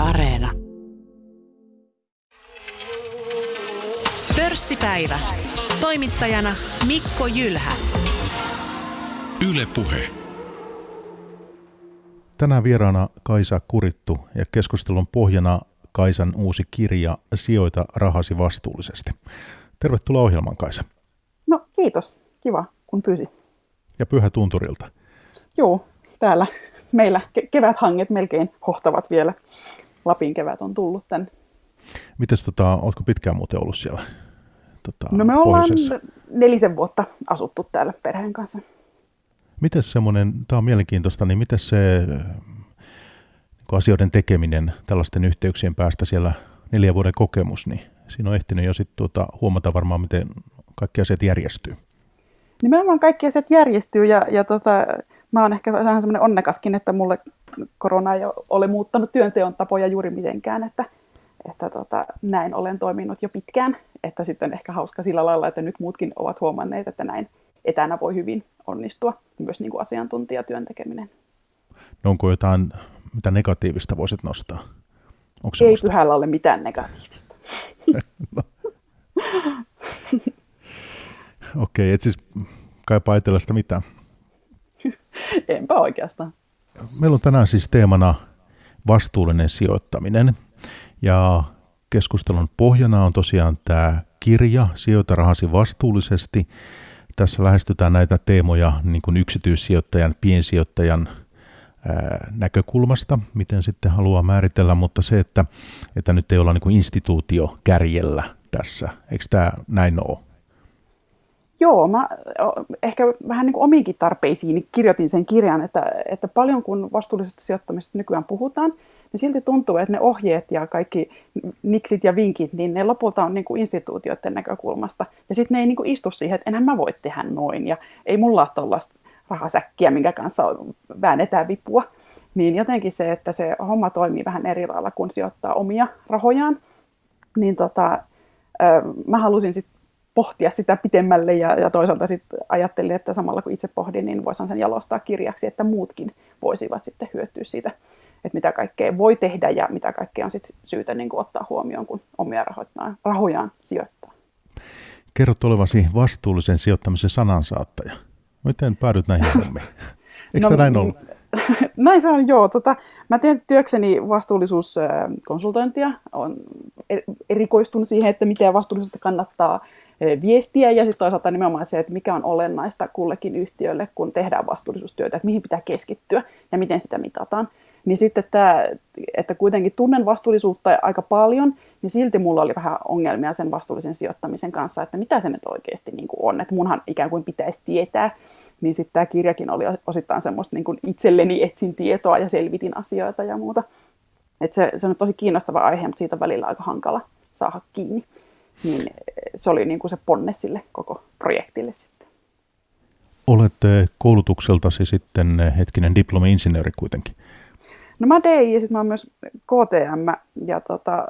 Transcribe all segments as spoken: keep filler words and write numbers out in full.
Areena. Pörssipäivä. Toimittajana Mikko Jylhä. Yle Puhe. Tänään vieraana Kaisa Kurittu ja keskustelun pohjana Kaisan uusi kirja Sijoita rahasi vastuullisesti. Tervetuloa ohjelmaan, Kaisa. No kiitos, kiva kun pyysit. Ja Pyhätunturilta. Joo, täällä meillä ke- keväthanget melkein hohtavat vielä. Lapin kevät on tullut tänne. Mites tota, ootko pitkään muuten ollut siellä? Tota, no me ollaan pohjoisessa? nelisen vuotta asuttu täällä perheen kanssa. Mites semmoinen, tämä on mielenkiintoista, niin miten se niin asioiden tekeminen tällaisten yhteyksien päästä siellä neljän vuoden kokemus, niin siinä on ehtinyt jo sitten tuota, huomata varmaan, miten kaikki asiat järjestyy. Nimenomaan kaikki asiat järjestyy ja, ja tota, mä oon ehkä vähän semmoinen onnekaskin, että mulle korona ei ole muuttanut työnteon tapoja juuri mitenkään, että, että tota, näin olen toiminut jo pitkään, että sitten ehkä hauska sillä lailla, että nyt muutkin ovat huomanneet, että näin etänä voi hyvin onnistua, myös niin kuin asiantuntijatyön tekeminen. No onko jotain, mitä negatiivista voisit nostaa? Onko ei pyhällä ole mitään negatiivista. no. Okei, okay, et siis kaipaa itsellä sitä mitään? Enpä oikeastaan. Meillä on tänään siis teemana vastuullinen sijoittaminen ja keskustelun pohjana on tosiaan tämä kirja Sijoita rahasi vastuullisesti. Tässä lähestytään näitä teemoja niin kuin yksityissijoittajan, piensijoittajan ää, näkökulmasta, miten sitten haluaa määritellä, mutta se, että, että nyt ei olla niin kuin instituutio kärjellä tässä, eikö tämä näin ole? Joo, mä ehkä vähän niin kuin omiinkin tarpeisiin kirjoitin sen kirjan, että, että paljon kun vastuullisesta sijoittamisesta nykyään puhutaan, niin silti tuntuu, että ne ohjeet ja kaikki niksit ja vinkit, niin ne lopulta on niin kuin instituutioiden näkökulmasta. Ja sitten ne ei niin kuin istu siihen, että enhän mä voi tehdä noin ja ei mulla ole tuollaista rahasäkkiä, minkä kanssa väännetään vipua. Niin jotenkin se, että se homma toimii vähän eri lailla, kun sijoittaa omia rahojaan, niin tota, mä halusin sitten pohtia sitä pitemmälle ja, ja toisaalta sitten ajattelin, että samalla kun itse pohdin, niin voisin sen jalostaa kirjaksi, että muutkin voisivat sitten hyötyä siitä, että mitä kaikkea voi tehdä ja mitä kaikkea on sitten syytä niin kuin ottaa huomioon, kun omia rahojaan, rahojaan sijoittaa. Kerrot olevasi vastuullisen sijoittamisen sanansaattaja. Miten päädyt näihin hommiin? Eikö no, näin ollut? Näin se on, joo. Tota, mä teen työkseni vastuullisuuskonsultointia. Olen erikoistunut siihen, että miten vastuullisuutta kannattaa viestiä ja sitten toisaalta nimenomaan se, että mikä on olennaista kullekin yhtiölle, kun tehdään vastuullisuustyötä, että mihin pitää keskittyä ja miten sitä mitataan. Niin sitten tämä, että kuitenkin tunnen vastuullisuutta aika paljon, niin silti mulla oli vähän ongelmia sen vastuullisen sijoittamisen kanssa, että mitä se nyt oikeasti niin kuin on, että munhan ikään kuin pitäisi tietää. Niin sitten tämä kirjakin oli osittain semmoista niin kuin itselleni etsin tietoa ja selvitin asioita ja muuta. Että se, se on tosi kiinnostava aihe, mutta siitä välillä aika hankala saada kiinni. Niin se oli niin kuin se ponne sille koko projektille sitten. Olet koulutukseltasi sitten hetkinen diplomi-insinööri kuitenkin. No mä D I ja sitten mä oon myös K T M ja tota,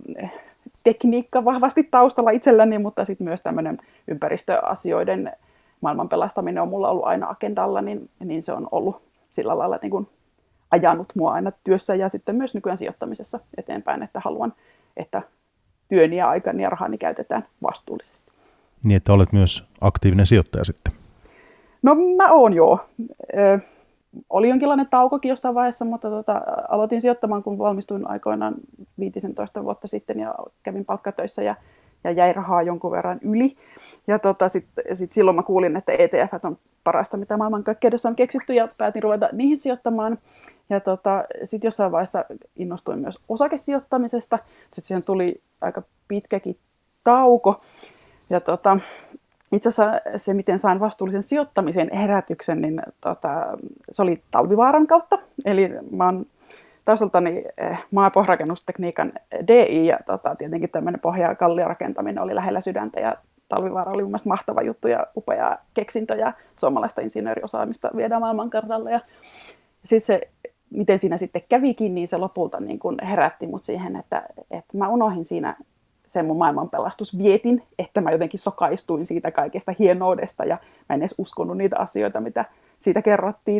tekniikka vahvasti taustalla itselläni, mutta sitten myös tämmöinen ympäristöasioiden maailman pelastaminen on mulla ollut aina agendalla, niin, niin se on ollut sillä lailla niin kuin ajanut mua aina työssä ja sitten myös nykyään sijoittamisessa eteenpäin, että haluan, että työni ja aikani ja rahani käytetään vastuullisesti. Niin, että olet myös aktiivinen sijoittaja sitten. No mä oon joo. Ö, oli jonkinlainen taukokin jossain vaiheessa, mutta tota, aloitin sijoittamaan, kun valmistuin aikoinaan viisitoista vuotta sitten ja kävin palkkatöissä ja, ja jäi rahaa jonkun verran yli. Ja tota, sitten sit silloin mä kuulin, että E T F on parasta, mitä maailmankaikkeudessa on keksitty ja päätin ruveta niihin sijoittamaan. Ja tota, sitten jossain vaiheessa innostuin myös osakesijoittamisesta. Sitten siihen tuli aika pitkäkin tauko. Ja tota, itse asiassa se, miten sain vastuullisen sijoittamisen herätyksen, niin tota, se oli Talvivaaran kautta. Eli mä oon taustaltani maa- ja pohjarakennustekniikan D I ja tota, tietenkin tämmöinen pohja- ja kalliorakentaminen oli lähellä sydäntä. Ja Talvivaara oli mun mielestä mahtava juttu ja upea keksintö ja suomalaista insinööriosaamista viedään maailmankartalle. Ja sitten se, miten siinä sitten kävikin, niin se lopulta niin kun herätti mut siihen, että, että mä unohdin siinä sen mun maailmanpelastusvietin, että mä jotenkin sokaistuin siitä kaikesta hienoudesta ja mä en edes uskonut niitä asioita, mitä siitä kerrottiin.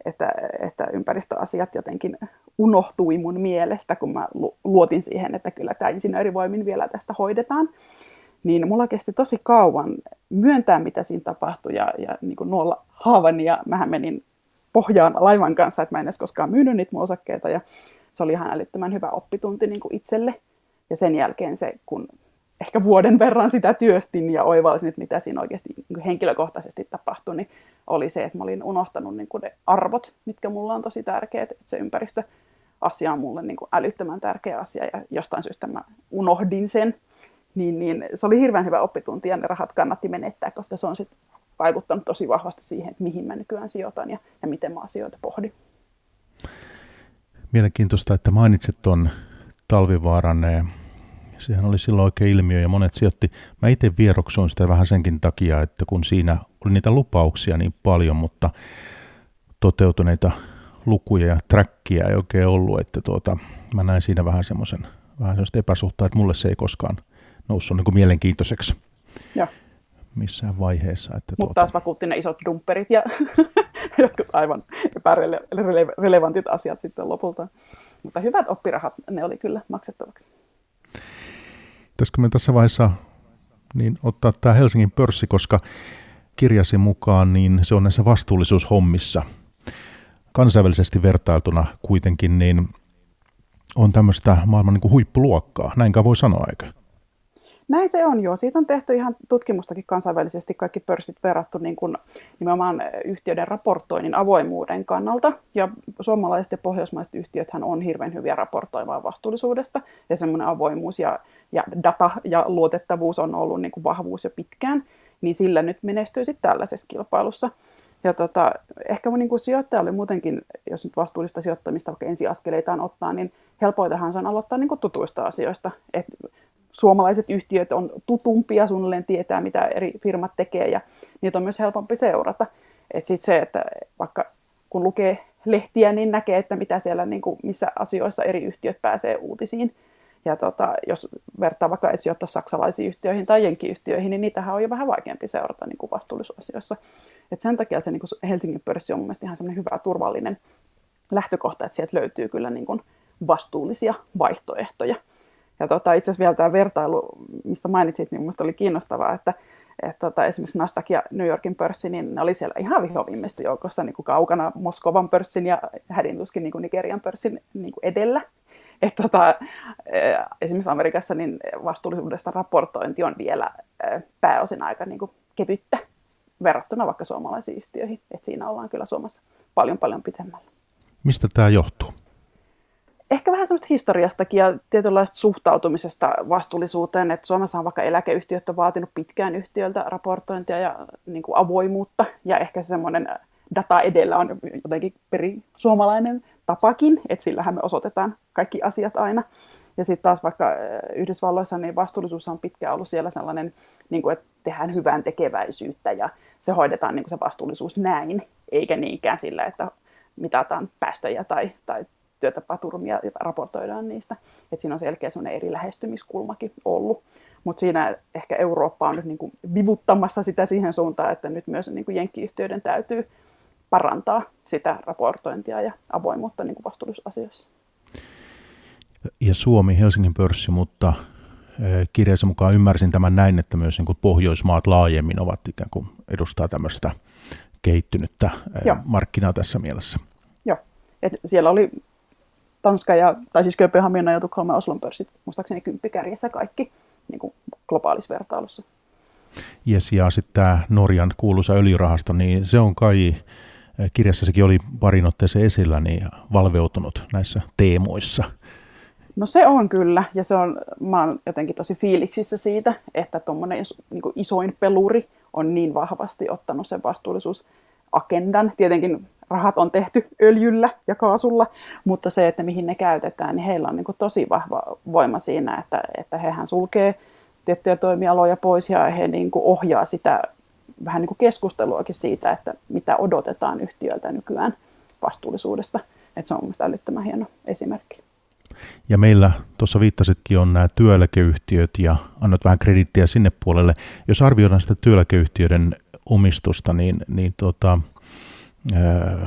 että, että ympäristöasiat jotenkin unohtui mun mielestä, kun mä luotin siihen, että kyllä tämä insinöörivoimin vielä tästä hoidetaan. Niin mulla kesti tosi kauan myöntää, mitä siinä tapahtui ja, ja niin kuin nuolla haavani. Ja mähän menin pohjaan laivan kanssa, että mä en edes koskaan myynyt niitä mun osakkeita. Ja se oli ihan älyttömän hyvä oppitunti niin kuin itselle. Ja sen jälkeen se, kun ehkä vuoden verran sitä työstin ja oivalsin, että mitä siinä oikeasti niin kuin henkilökohtaisesti tapahtui, niin oli se, että mä olin unohtanut niin kuin ne arvot, mitkä mulla on tosi tärkeät. Että se ympäristöasia on mulle niin kuin älyttömän tärkeä asia ja jostain syystä mä unohdin sen. Niin, niin se oli hirveän hyvä oppitunti ja ne rahat kannatti menettää, koska se on sit vaikuttanut tosi vahvasti siihen, että mihin mä nykyään sijoitan ja, ja miten mä asioita pohdin. Mielenkiintoista, että mainitsit tuon Talvivaaran. Sehän oli silloin oikein ilmiö ja monet sijoitti. Mä itse vieroksuin sitä vähän senkin takia, että kun siinä oli niitä lupauksia niin paljon, mutta toteutuneita lukuja ja trackia ei oikein ollut, että tuota, mä näin siinä vähän semmoisen vähän semmoista epäsuhtaa, että mulle se ei koskaan noussut niin kuin mielenkiintoiseksi Joo. missään vaiheessa. Mutta tuota... taas vakuutti ne isot dumperit ja jotkut aivan epärelevantit asiat sitten lopulta. Mutta hyvät oppirahat, ne oli kyllä maksettavaksi. Pitäisikö me tässä vaiheessa niin ottaa tämä Helsingin pörssi, koska kirjasi mukaan niin se on näissä vastuullisuushommissa kansainvälisesti vertailtuna kuitenkin niin on tämmöistä maailman niin kuin huippuluokkaa. Näinkään voi sanoa, eikö? Näin se on, joo. Siitä on tehty ihan tutkimustakin kansainvälisesti kaikki pörssit verrattu niin kuin nimenomaan yhtiöiden raportoinnin avoimuuden kannalta. Ja suomalaiset ja pohjoismaiset yhtiöthän on hirveän hyviä raportoimaan vastuullisuudesta. Ja semmoinen avoimuus ja, ja data ja luotettavuus on ollut niin kuin vahvuus jo pitkään. Niin sillä nyt menestyy sitten tällaisessa kilpailussa. Ja tota, ehkä mun niin kuin sijoittaja oli muutenkin, jos nyt vastuullista sijoittamista vaikka ensiaskeleitaan ottaa, niin helpoitahan se on aloittaa niin kuin tutuista asioista. Et suomalaiset yhtiöt on tutumpia, suunnilleen tietää, mitä eri firmat tekee, ja niitä on myös helpompi seurata. Et sit se, että vaikka kun lukee lehtiä, niin näkee, että mitä siellä, niin kuin, missä asioissa eri yhtiöt pääsee uutisiin. Ja tota, jos vertaa vaikka et sijoittaa saksalaisiin yhtiöihin tai jenkkiyhtiöihin, niin niitähän on jo vähän vaikeampi seurata niin kuin vastuullisuusasioissa. Et sen takia se niin kuin Helsingin pörssi on mun mielestä ihan semmoinen hyvä turvallinen lähtökohta, että sieltä löytyy kyllä niin kuin vastuullisia vaihtoehtoja. Ja tota, itse asiassa vielä tämä vertailu, mistä mainitsit, niin mielestäni oli kiinnostavaa, että, että tota, esimerkiksi Nasdaq ja New Yorkin pörssi, niin ne oli siellä ihan vihoviimeistä joukossa niin kuin kaukana Moskovan pörssin ja hädintuskin niin kuin Nigerian pörssin niin kuin edellä. Että tota, esimerkiksi Amerikassa niin vastuullisuudesta raportointi on vielä pääosin aika niin kuin kevyttä verrattuna vaikka suomalaisiin yhtiöihin. Että siinä ollaan kyllä Suomessa paljon paljon pitemmällä. Mistä tämä johtuu? Ehkä vähän semmoista historiastakin ja tietynlaista suhtautumisesta vastuullisuuteen, että Suomessa on vaikka eläkeyhtiöt on vaatinut pitkään yhtiöltä raportointia ja niin kuin avoimuutta, ja ehkä se semmoinen data edellä on jotenkin peri suomalainen tapakin, että sillähän me osoitetaan kaikki asiat aina. Ja sitten taas vaikka Yhdysvalloissa niin vastuullisuus on pitkään ollut siellä sellainen, niin kuin, että tehdään hyvän tekeväisyyttä ja se hoidetaan niin kuin se vastuullisuus näin, eikä niinkään sillä, että mitataan päästöjä tai, tai työtapaturmia ja raportoidaan niistä. Et siinä on selkeä sellainen eri lähestymiskulmakin ollut. Mutta siinä ehkä Eurooppa on nyt niinku vivuttamassa sitä siihen suuntaan, että nyt myös niinku jenkkiyhtiöiden täytyy parantaa sitä raportointia ja avoimuutta niinku vastuullisuusasioissa. Ja Suomi, Helsingin pörssi, mutta kirjassa mukaan ymmärsin tämän näin, että myös niin kuin Pohjoismaat laajemmin ovat ikään kuin edustaa tämmöistä kehittynyttä Joo. markkinaa tässä mielessä. Joo, et siellä oli Tanska, ja, tai siis Kööpenhamina ja Tukholman Oslon pörssit, muistaakseni kymppikärjessä kaikki niin kuin globaalissa vertailussa. Yes, ja sitten tämä Norjan kuuluisa öljyrahasto, niin se on kai, kirjassasikin oli parin otteeseen esillä, niin valveutunut näissä teemoissa. No se on kyllä, ja se on, mä oon jotenkin tosi fiiliksissä siitä, että tuommoinen niin kuin isoin peluri on niin vahvasti ottanut sen vastuullisuusagendan. Tietenkin rahat on tehty öljyllä ja kaasulla, mutta se, että mihin ne käytetään, niin heillä on niin kuin tosi vahva voima siinä, että, että hehän sulkee tiettyjä toimialoja pois ja he niin kuin ohjaa sitä vähän niin kuin keskusteluakin siitä, että mitä odotetaan yhtiöltä nykyään vastuullisuudesta. Että se on mielestäni älyttömän hieno esimerkki. Ja meillä tuossa viittasitkin on nämä työeläkeyhtiöt ja annat vähän krediittiä sinne puolelle. Jos arvioidaan sitä työeläkeyhtiöiden omistusta, niin, niin tota, ää,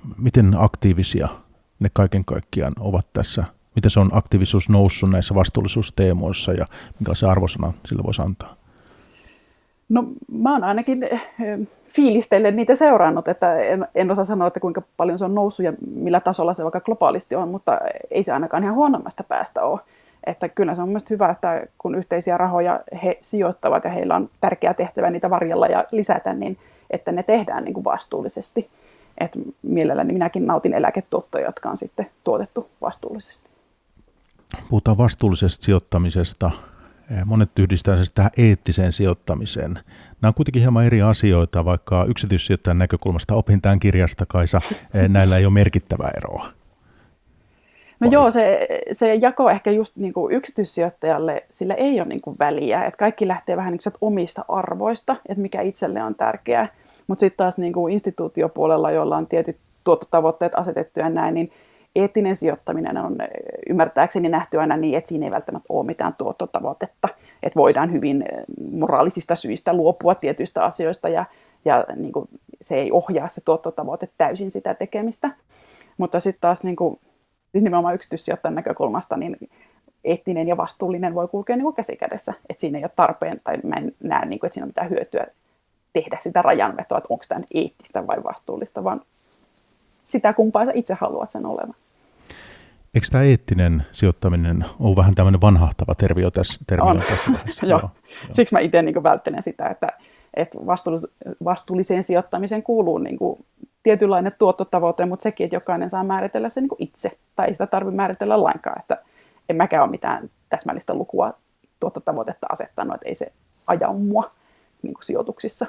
miten aktiivisia ne kaiken kaikkiaan ovat tässä? Miten se on aktiivisuus noussut näissä vastuullisuusteemoissa ja minkälaisen arvosana sillä voisi antaa? No mä oon ainakin fiilistellen niitä seurannut, että en, en osaa sanoa, että kuinka paljon se on noussut ja millä tasolla se vaikka globaalisti on, mutta ei se ainakaan ihan huonommasta päästä ole. Että kyllä se on mielestäni hyvä, että kun yhteisiä rahoja he sijoittavat ja heillä on tärkeä tehtävä niitä varjella ja lisätä, niin että ne tehdään niin kuin vastuullisesti. Että mielelläni minäkin nautin eläketuottoja, jotka on sitten tuotettu vastuullisesti. Puhutaan vastuullisesta sijoittamisesta. Monet yhdistää se tähän eettiseen sijoittamiseen. Nämä on kuitenkin hieman eri asioita, vaikka yksityissijoittajan näkökulmasta opin tämän kirjasta, Kaisa, näillä ei ole merkittävää eroa. No joo, se, se jako ehkä just niin kuin yksityissijoittajalle, sillä ei ole niin kuin väliä. Että kaikki lähtee vähän niin kuin omista arvoista, että mikä itselle on tärkeää. Mutta sitten taas niin kuin instituutiopuolella, jolla on tietyt tuottotavoitteet asetettu ja näin, niin eettinen sijoittaminen on ymmärtääkseni nähty aina niin, että siinä ei välttämättä ole mitään tuottotavoitetta. Että voidaan hyvin moraalisista syistä luopua tietyistä asioista ja, ja niin kuin se ei ohjaa se tuottotavoite täysin sitä tekemistä. Mutta sitten taas niin kuin, siis nimenomaan yksityissijoittajan näkökulmasta niin eettinen ja vastuullinen voi kulkea niin kuin käsi kädessä. Että siinä ei ole tarpeen, tai mä en näe, niin kuin, että siinä on mitään hyötyä tehdä sitä rajanvetoa, että onko tämä nyt eettistä vai vastuullista, vaan sitä kumpaa sä itse haluat sen olevan. Eikö tämä eettinen sijoittaminen ole vähän tämmöinen vanhahtava termi jo tässä? Termi on, tässä joo. joo. Siksi mä itse niin välttelen sitä, että, että vastuulliseen sijoittamiseen kuuluu niin kuin tietynlainen tuottotavoite, mutta sekin, että jokainen saa määritellä sen niin kuin itse, tai ei sitä tarvitse määritellä lainkaan, että en mäkään ole mitään täsmällistä lukua tuottotavoitetta asettanut, että ei se aja mua niin kuin sijoituksissa.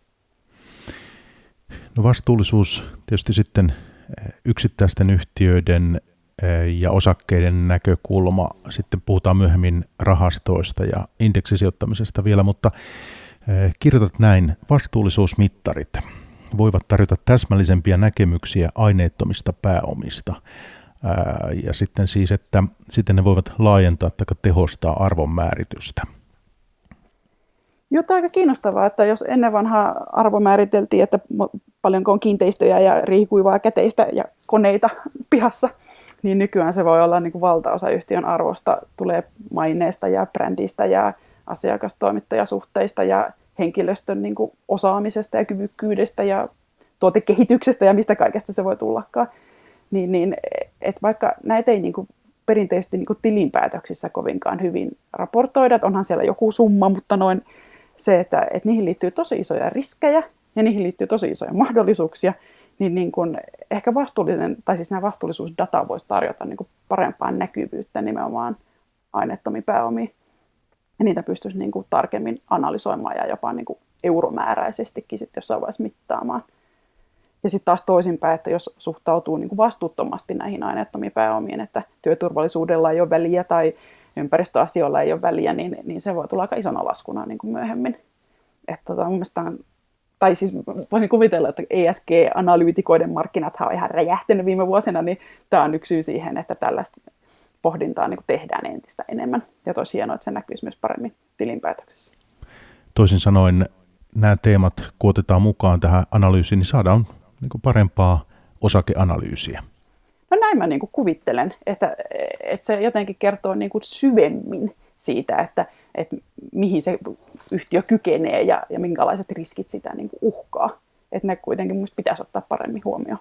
No vastuullisuus tietysti sitten yksittäisten yhtiöiden ja osakkeiden näkökulma. Sitten puhutaan myöhemmin rahastoista ja indeksisijoittamisesta vielä, mutta kirjoitat näin: vastuullisuusmittarit voivat tarjota täsmällisempiä näkemyksiä aineettomista pääomista. Ja sitten siis, että sitten ne voivat laajentaa tai tehostaa arvonmääritystä. Jotain aika kiinnostavaa, että jos ennen vanhaa arvo määriteltiin, että paljonko on kiinteistöjä ja riihikuivaa käteistä ja koneita pihassa, niin nykyään se voi olla niin kuin valtaosa yhtiön arvosta, tulee maineesta ja brändistä ja asiakastoimittajasuhteista ja henkilöstön niin kuin osaamisesta ja kyvykkyydestä ja tuotekehityksestä ja mistä kaikesta se voi tullakaan. Niin, niin, että vaikka näitä ei niin kuin perinteisesti niin kuin tilinpäätöksissä kovinkaan hyvin raportoida, että onhan siellä joku summa, mutta noin se, että, että niihin liittyy tosi isoja riskejä ja niihin liittyy tosi isoja mahdollisuuksia, niin, niin kuin ehkä vastuullinen, tai siis nämä vastuullisuusdata voisi tarjota niin kuin parempaa näkyvyyttä nimenomaan aineettomiin pääomiin. Ja niitä pystyisi niin kuin tarkemmin analysoimaan ja jopa niin kuin euromääräisestikin sitten jossain vaiheessa mittaamaan. Ja sitten taas toisinpäin, että jos suhtautuu niin kuin vastuuttomasti näihin aineettomiin pääomiin, että työturvallisuudella ei ole väliä tai ympäristöasioilla ei ole väliä, niin, niin se voi tulla aika isona laskuna niin kuin myöhemmin. Että tota, mun mielestä on, tai siis voisin kuvitella, että E S G-analyytikoiden markkinathan on ihan räjähtänyt viime vuosina, niin tämä on yksi syy siihen, että tällaista pohdintaa niin kuin tehdään entistä enemmän. Ja tosi hienoa, että se näkyisi myös paremmin tilinpäätöksessä. Toisin sanoen nämä teemat, kun otetaan mukaan tähän analyysiin, niin saadaan niin kuin parempaa osakeanalyysiä. No näin mä niin kuin kuvittelen, että, että se jotenkin kertoo niin kuin syvemmin siitä, että, että mihin se yhtiö kykenee ja, ja minkälaiset riskit sitä niin kuin uhkaa. Että ne kuitenkin minusta pitäisi ottaa paremmin huomioon.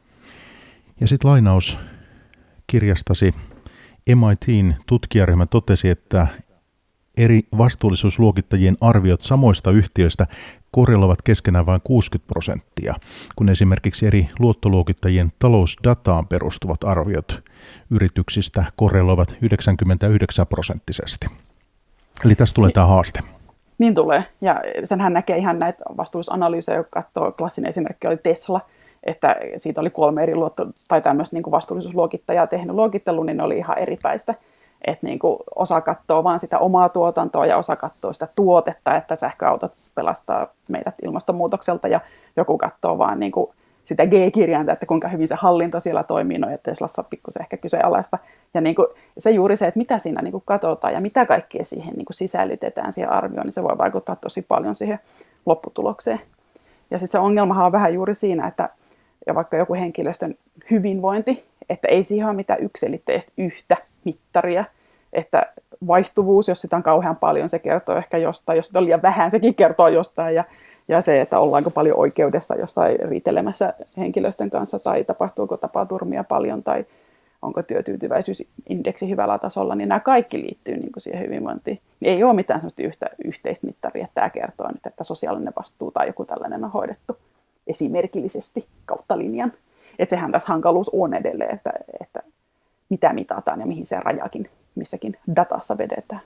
Ja sitten lainaus kirjastasi. M I T:n tutkijaryhmä totesi, että eri vastuullisuusluokittajien arviot samoista yhtiöistä korreloivat keskenään vain kuusikymmentä prosenttia, kun esimerkiksi eri luottoluokittajien talousdataan perustuvat arviot yrityksistä korreloivat yhdeksänkymmentäyhdeksän prosenttisesti. Eli tässä tulee tämä haaste. Niin tulee, ja senhän näkee ihan näitä vastuullisuusanalyysejä, joka katsoo, klassinen esimerkki oli Tesla, että siitä oli kolme eri luotto- tai tämmöistä niin kuin vastuullisuusluokittajaa tehnyt luokittelun, niin ne oli ihan eripäistä. Että niin kuin osa katsoo vaan sitä omaa tuotantoa ja osa katsoo sitä tuotetta, että sähköautot pelastaa meidät ilmastonmuutokselta ja joku katsoo vaan niin kuin sitä G-kirjainta, että kuinka hyvin se hallinto siellä toimii, no ja Teslassa pikkusen ehkä kyseenalaista. Ja niin kuin se juuri se, että mitä siinä niin kuin katsotaan ja mitä kaikkea siihen niin kuin sisällytetään siihen arvioon, niin se voi vaikuttaa tosi paljon siihen lopputulokseen. Ja sitten se ongelmahan on vähän juuri siinä, että ja vaikka joku henkilöstön hyvinvointi, että ei siihen ole mitään yksiselitteistä yhtä mittaria, että vaihtuvuus, jos sitä on kauhean paljon, se kertoo ehkä jostain, jos sitä on liian vähän, sekin kertoo jostain, ja, ja se, että ollaanko paljon oikeudessa jossain riitelemässä henkilöstön kanssa, tai tapahtuuko tapaturmia paljon, tai onko työtyytyväisyysindeksi hyvällä tasolla, niin nämä kaikki liittyy niin kuin siihen hyvinvointiin. Ei ole mitään sellaista yhtä yhteistä mittaria, että tämä kertoo nyt, että sosiaalinen vastuu tai joku tällainen on hoidettu esimerkillisesti kautta linjan. Että sehän tässä hankaluus on edelleen, että, että mitä mitataan ja mihin se rajakin missäkin datassa vedetään.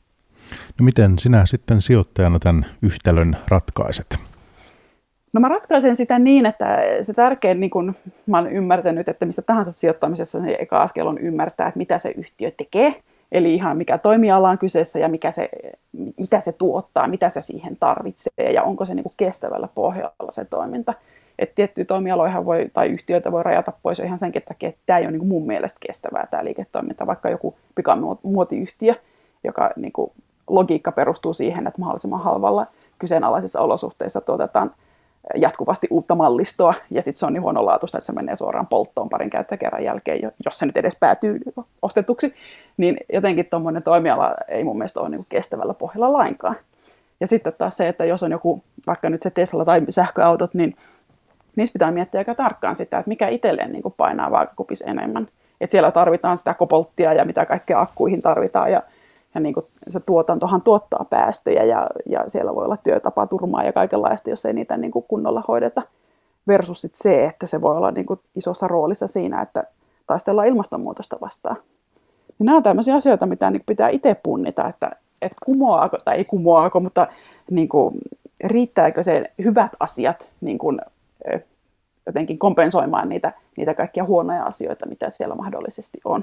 No miten sinä sitten sijoittajana tämän yhtälön ratkaiset? No mä ratkaisen sitä niin, että se tärkein, niin kun mä olen ymmärtänyt, että missä tahansa sijoittamisessa se eka askel on ymmärtää, että mitä se yhtiö tekee. Eli ihan mikä toimiala on kyseessä ja mikä se, mitä se tuottaa, mitä se siihen tarvitsee ja onko se niin kuin kestävällä pohjalla se toiminta. Että tiettyjä toimialoja voi, tai yhtiöitä voi rajata pois ihan senkin takia, että tämä ei ole niin kuin mun mielestä kestävää tämä liiketoiminta. Vaikka joku pikamuotiyhtiö, joka niin kuin logiikka perustuu siihen, että mahdollisimman halvalla kyseenalaisissa olosuhteissa tuotetaan jatkuvasti uutta mallistoa, ja sitten se on niin huonolaatuista, että se menee suoraan polttoon parin käyttökerran jälkeen, jos se nyt edes päätyy ostetuksi, niin jotenkin tuommoinen toimiala ei mun mielestä ole niin kuin kestävällä pohjalla lainkaan. Ja sitten taas se, että jos on joku, vaikka nyt se Tesla tai sähköautot, niin niissä pitää miettiä aika tarkkaan sitä, että mikä itselleen niin kuin painaa vaakakupissa enemmän. Että siellä tarvitaan sitä kobolttia ja mitä kaikkea akkuihin tarvitaan, ja Ja niin kuin se tuotantohan tuottaa päästöjä ja, ja siellä voi olla työtapaturmaa ja kaikenlaista, jos ei niitä niin kuin kunnolla hoideta. Versus sit se, että se voi olla niin kuin isossa roolissa siinä, että taistellaan ilmastonmuutosta vastaan. Ja nämä on tämmöisiä asioita, mitä niin pitää itse punnita, että, että kumoaako tai ei kumoaako, mutta niin kuin, riittääkö se hyvät asiat niin kuin, jotenkin kompensoimaan niitä, niitä kaikkia huonoja asioita, mitä siellä mahdollisesti on.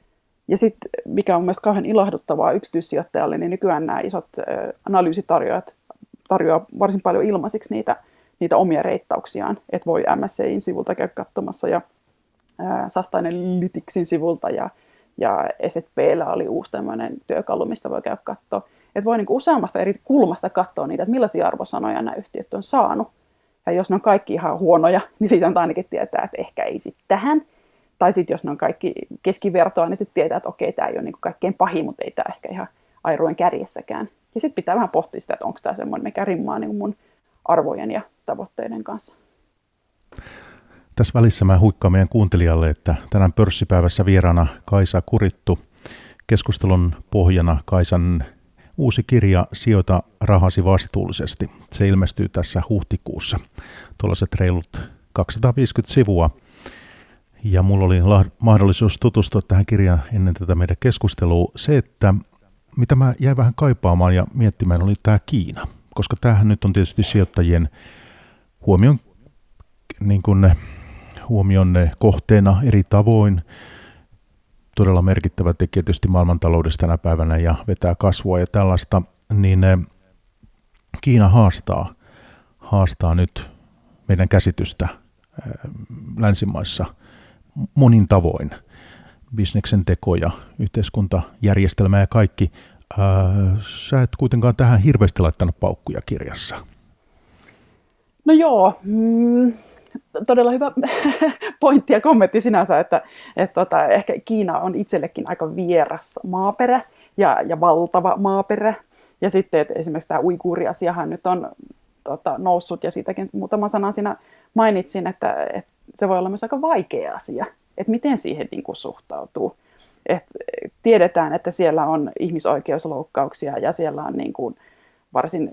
Ja sitten, mikä on mielestäni kauhean ilahduttavaa yksityissijoittajalle, niin nykyään nämä isot analyysitarjoajat tarjoaa varsin paljon ilmaisiksi niitä, niitä omia reittauksiaan. Että voi M S C I:n sivulta käydä katsomassa ja ää, Sustainalyticsin sivulta ja, ja S and P:llä oli uusi tämmöinen työkalu, mistä voi käydä katsoa. Että voi niinku useammasta eri kulmasta katsoa niitä, että millaisia arvosanoja nämä yhtiöt on saanut. Ja jos ne on kaikki ihan huonoja, niin siitä on ainakin tietää, että ehkä ei sitten tähän. Tai sitten jos ne on kaikki keskivertoa, niin sitten tietää, että okei, tämä ei ole niin kaikkein pahin, mutta ei tämä ehkä ihan airojen kärjessäkään. Ja sitten pitää vähän pohtia sitä, että onko tämä semmoinen, mikä rimmaa niin mun arvojen ja tavoitteiden kanssa. Tässä välissä mä huikkaan meidän kuuntelijalle, että tänään pörssipäivässä vieraana Kaisa Kurittu. Keskustelun pohjana Kaisan uusi kirja Sijoita rahasi vastuullisesti. Se ilmestyy tässä huhtikuussa. Tuollaiset reilut kaksisataaviisikymmentä sivua. Ja mulla oli mahdollisuus tutustua tähän kirjaan ennen tätä meidän keskustelua. Se, että mitä mä jäin vähän kaipaamaan ja miettimään, oli tämä Kiina. Koska tämähän nyt on tietysti sijoittajien huomion, niin kuin, huomion kohteena eri tavoin. Todella merkittävä tekijä tietysti maailmantaloudessa tänä päivänä ja vetää kasvua ja tällaista. Niin Kiina haastaa, haastaa nyt meidän käsitystä länsimaissa monin tavoin. Bisneksen teko ja yhteiskuntajärjestelmä ja kaikki. Ää, sä et kuitenkaan tähän hirveästi laittanut paukkuja kirjassa. No joo, mm, todella hyvä pointti ja kommentti sinänsä, että, että tota, ehkä Kiina on itsellekin aika vieras maaperä ja, ja valtava maaperä. Ja sitten että esimerkiksi tämä uiguuri-asiahan nyt on tota, noussut ja siitäkin muutama sana siinä mainitsin, että, että se voi olla myös aika vaikea asia, että miten siihen niin kuin suhtautuu. Et tiedetään, että siellä on ihmisoikeusloukkauksia ja siellä on niin kuin varsin,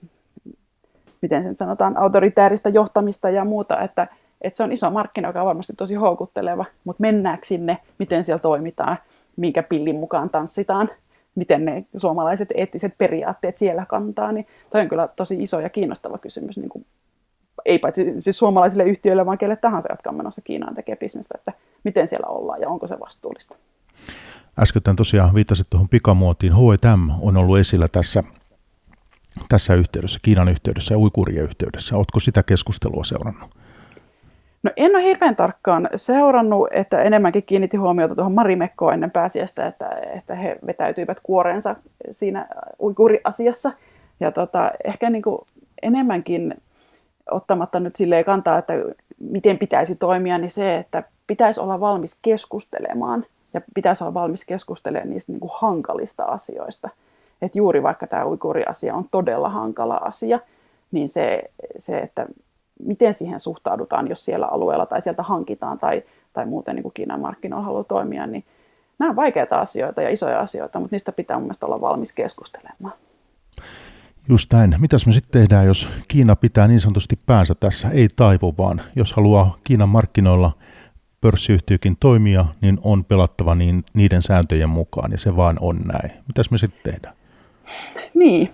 miten sen sanotaan, autoritääristä johtamista ja muuta, että, että se on iso markkina, joka on varmasti tosi houkutteleva, mutta mennäänkö sinne, miten siellä toimitaan, minkä pillin mukaan tanssitaan, miten ne suomalaiset eettiset periaatteet siellä kantaa, niin toi on kyllä tosi iso ja kiinnostava kysymys, niin kuin, ei paitsi siis suomalaisille yhtiöille, vaan kelle tahansa, jotka on menossa Kiinaan tekee bisnestä, että miten siellä ollaan ja onko se vastuullista. Äsken tosiaan viittasit tuohon pikamuotiin. H and M on ollut esillä tässä, tässä yhteydessä, Kiinan yhteydessä ja uiguurien yhteydessä. Oletko sitä keskustelua seurannut? No en ole hirveän tarkkaan seurannut, että enemmänkin kiinnitti huomiota tuohon Marimekkoon ennen pääsiäistä, että, että he vetäytyivät kuoreensa siinä uiguuri-asiassa. Ja tota, ehkä niin kuin enemmänkin ottamatta nyt silleen kantaa, että miten pitäisi toimia, niin se, että pitäisi olla valmis keskustelemaan ja pitäisi olla valmis keskustelemaan niistä niin kuin hankalista asioista. Että juuri vaikka tämä uiguuri-asia on todella hankala asia, niin se, se että miten siihen suhtaudutaan, jos siellä alueella tai sieltä hankitaan tai, tai muuten niin kuin Kiinan markkinoilla haluaa toimia, niin nämä on vaikeita asioita ja isoja asioita, mutta niistä pitää mun mielestä olla valmis keskustelemaan. Just näin. Mitäs me sitten tehdään, jos Kiina pitää niin sanotusti päänsä tässä, ei taivu, vaan jos haluaa Kiinan markkinoilla pörssiyhtiökin toimia, niin on pelattava niin, niiden sääntöjen mukaan, ja se vaan on näin. Mitäs me sitten tehdään? Niin.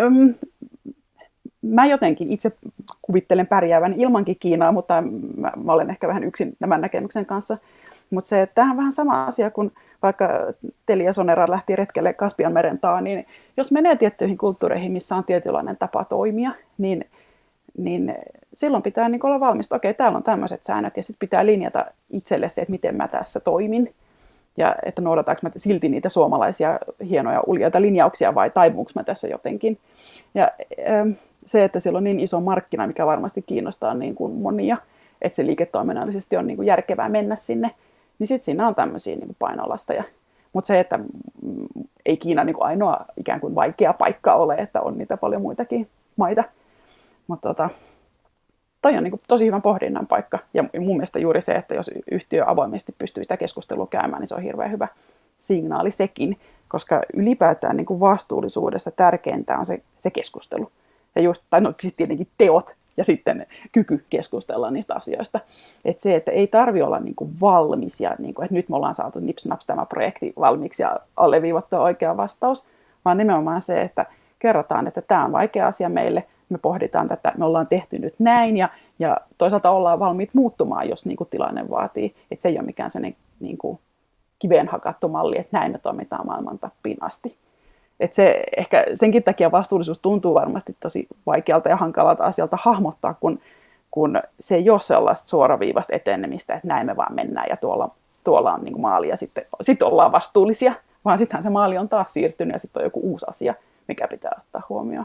Mä jotenkin itse kuvittelen pärjäävän ilmankin Kiinaa, mutta mä, mä olen ehkä vähän yksin tämän näkemyksen kanssa. Mutta se, että tämähän on vähän sama asia, kun vaikka Telia Sonera lähti retkelle Kaspianmeren taa, niin jos menee tiettyihin kulttuureihin, missä on tietynlainen tapa toimia, niin, niin silloin pitää niin olla valmis, että okei, täällä on tämmöiset säännöt, ja sitten pitää linjata itselle se, että miten mä tässä toimin, ja että noudataanko mä silti niitä suomalaisia hienoja uljaita linjauksia, vai taipuuko mä tässä jotenkin. Ja se, että siellä on niin iso markkina, mikä varmasti kiinnostaa niin kuin monia, että se liiketoiminnallisesti on niin kuin järkevää mennä sinne, niin sitten siinä on tämmöisiä niin kuin painolasteja. Mutta se, että ei Kiina niin kuin ainoa ikään kuin vaikea paikka ole, että on niitä paljon muitakin maita. Mutta tota, toi on niin kuin tosi hyvän pohdinnan paikka. Ja mun mielestä juuri se, että jos yhtiö avoimesti pystyy sitä keskustelua käymään, niin se on hirveän hyvä signaali sekin. Koska ylipäätään niin kuin vastuullisuudessa tärkeintä on se, se keskustelu. Ja just, tai no sitten tietenkin teot ja sitten kyky keskustella niistä asioista. Että se, että ei tarvitse olla niin kuin valmis ja niin kuin, että nyt me ollaan saatu nipsnaps tämä projekti valmiiksi ja alleviivattua oikea vastaus, vaan nimenomaan se, että kerrotaan, että tämä on vaikea asia meille, me pohditaan tätä, me ollaan tehty nyt näin ja, ja toisaalta ollaan valmiit muuttumaan, jos niin kuin tilanne vaatii. Että se ei ole mikään sellainen niin kuin kiveen hakattu malli, että näin me toimitaan maailman tappiin asti. Että se, ehkä senkin takia vastuullisuus tuntuu varmasti tosi vaikealta ja hankalalta asialta hahmottaa, kun, kun se ei ole sellaista suoraviivasta etenemistä, että näin me vaan mennään ja tuolla, tuolla on niin kuin maali ja sitten sit ollaan vastuullisia, vaan sittenhän se maali on taas siirtynyt ja sitten on joku uusi asia, mikä pitää ottaa huomioon.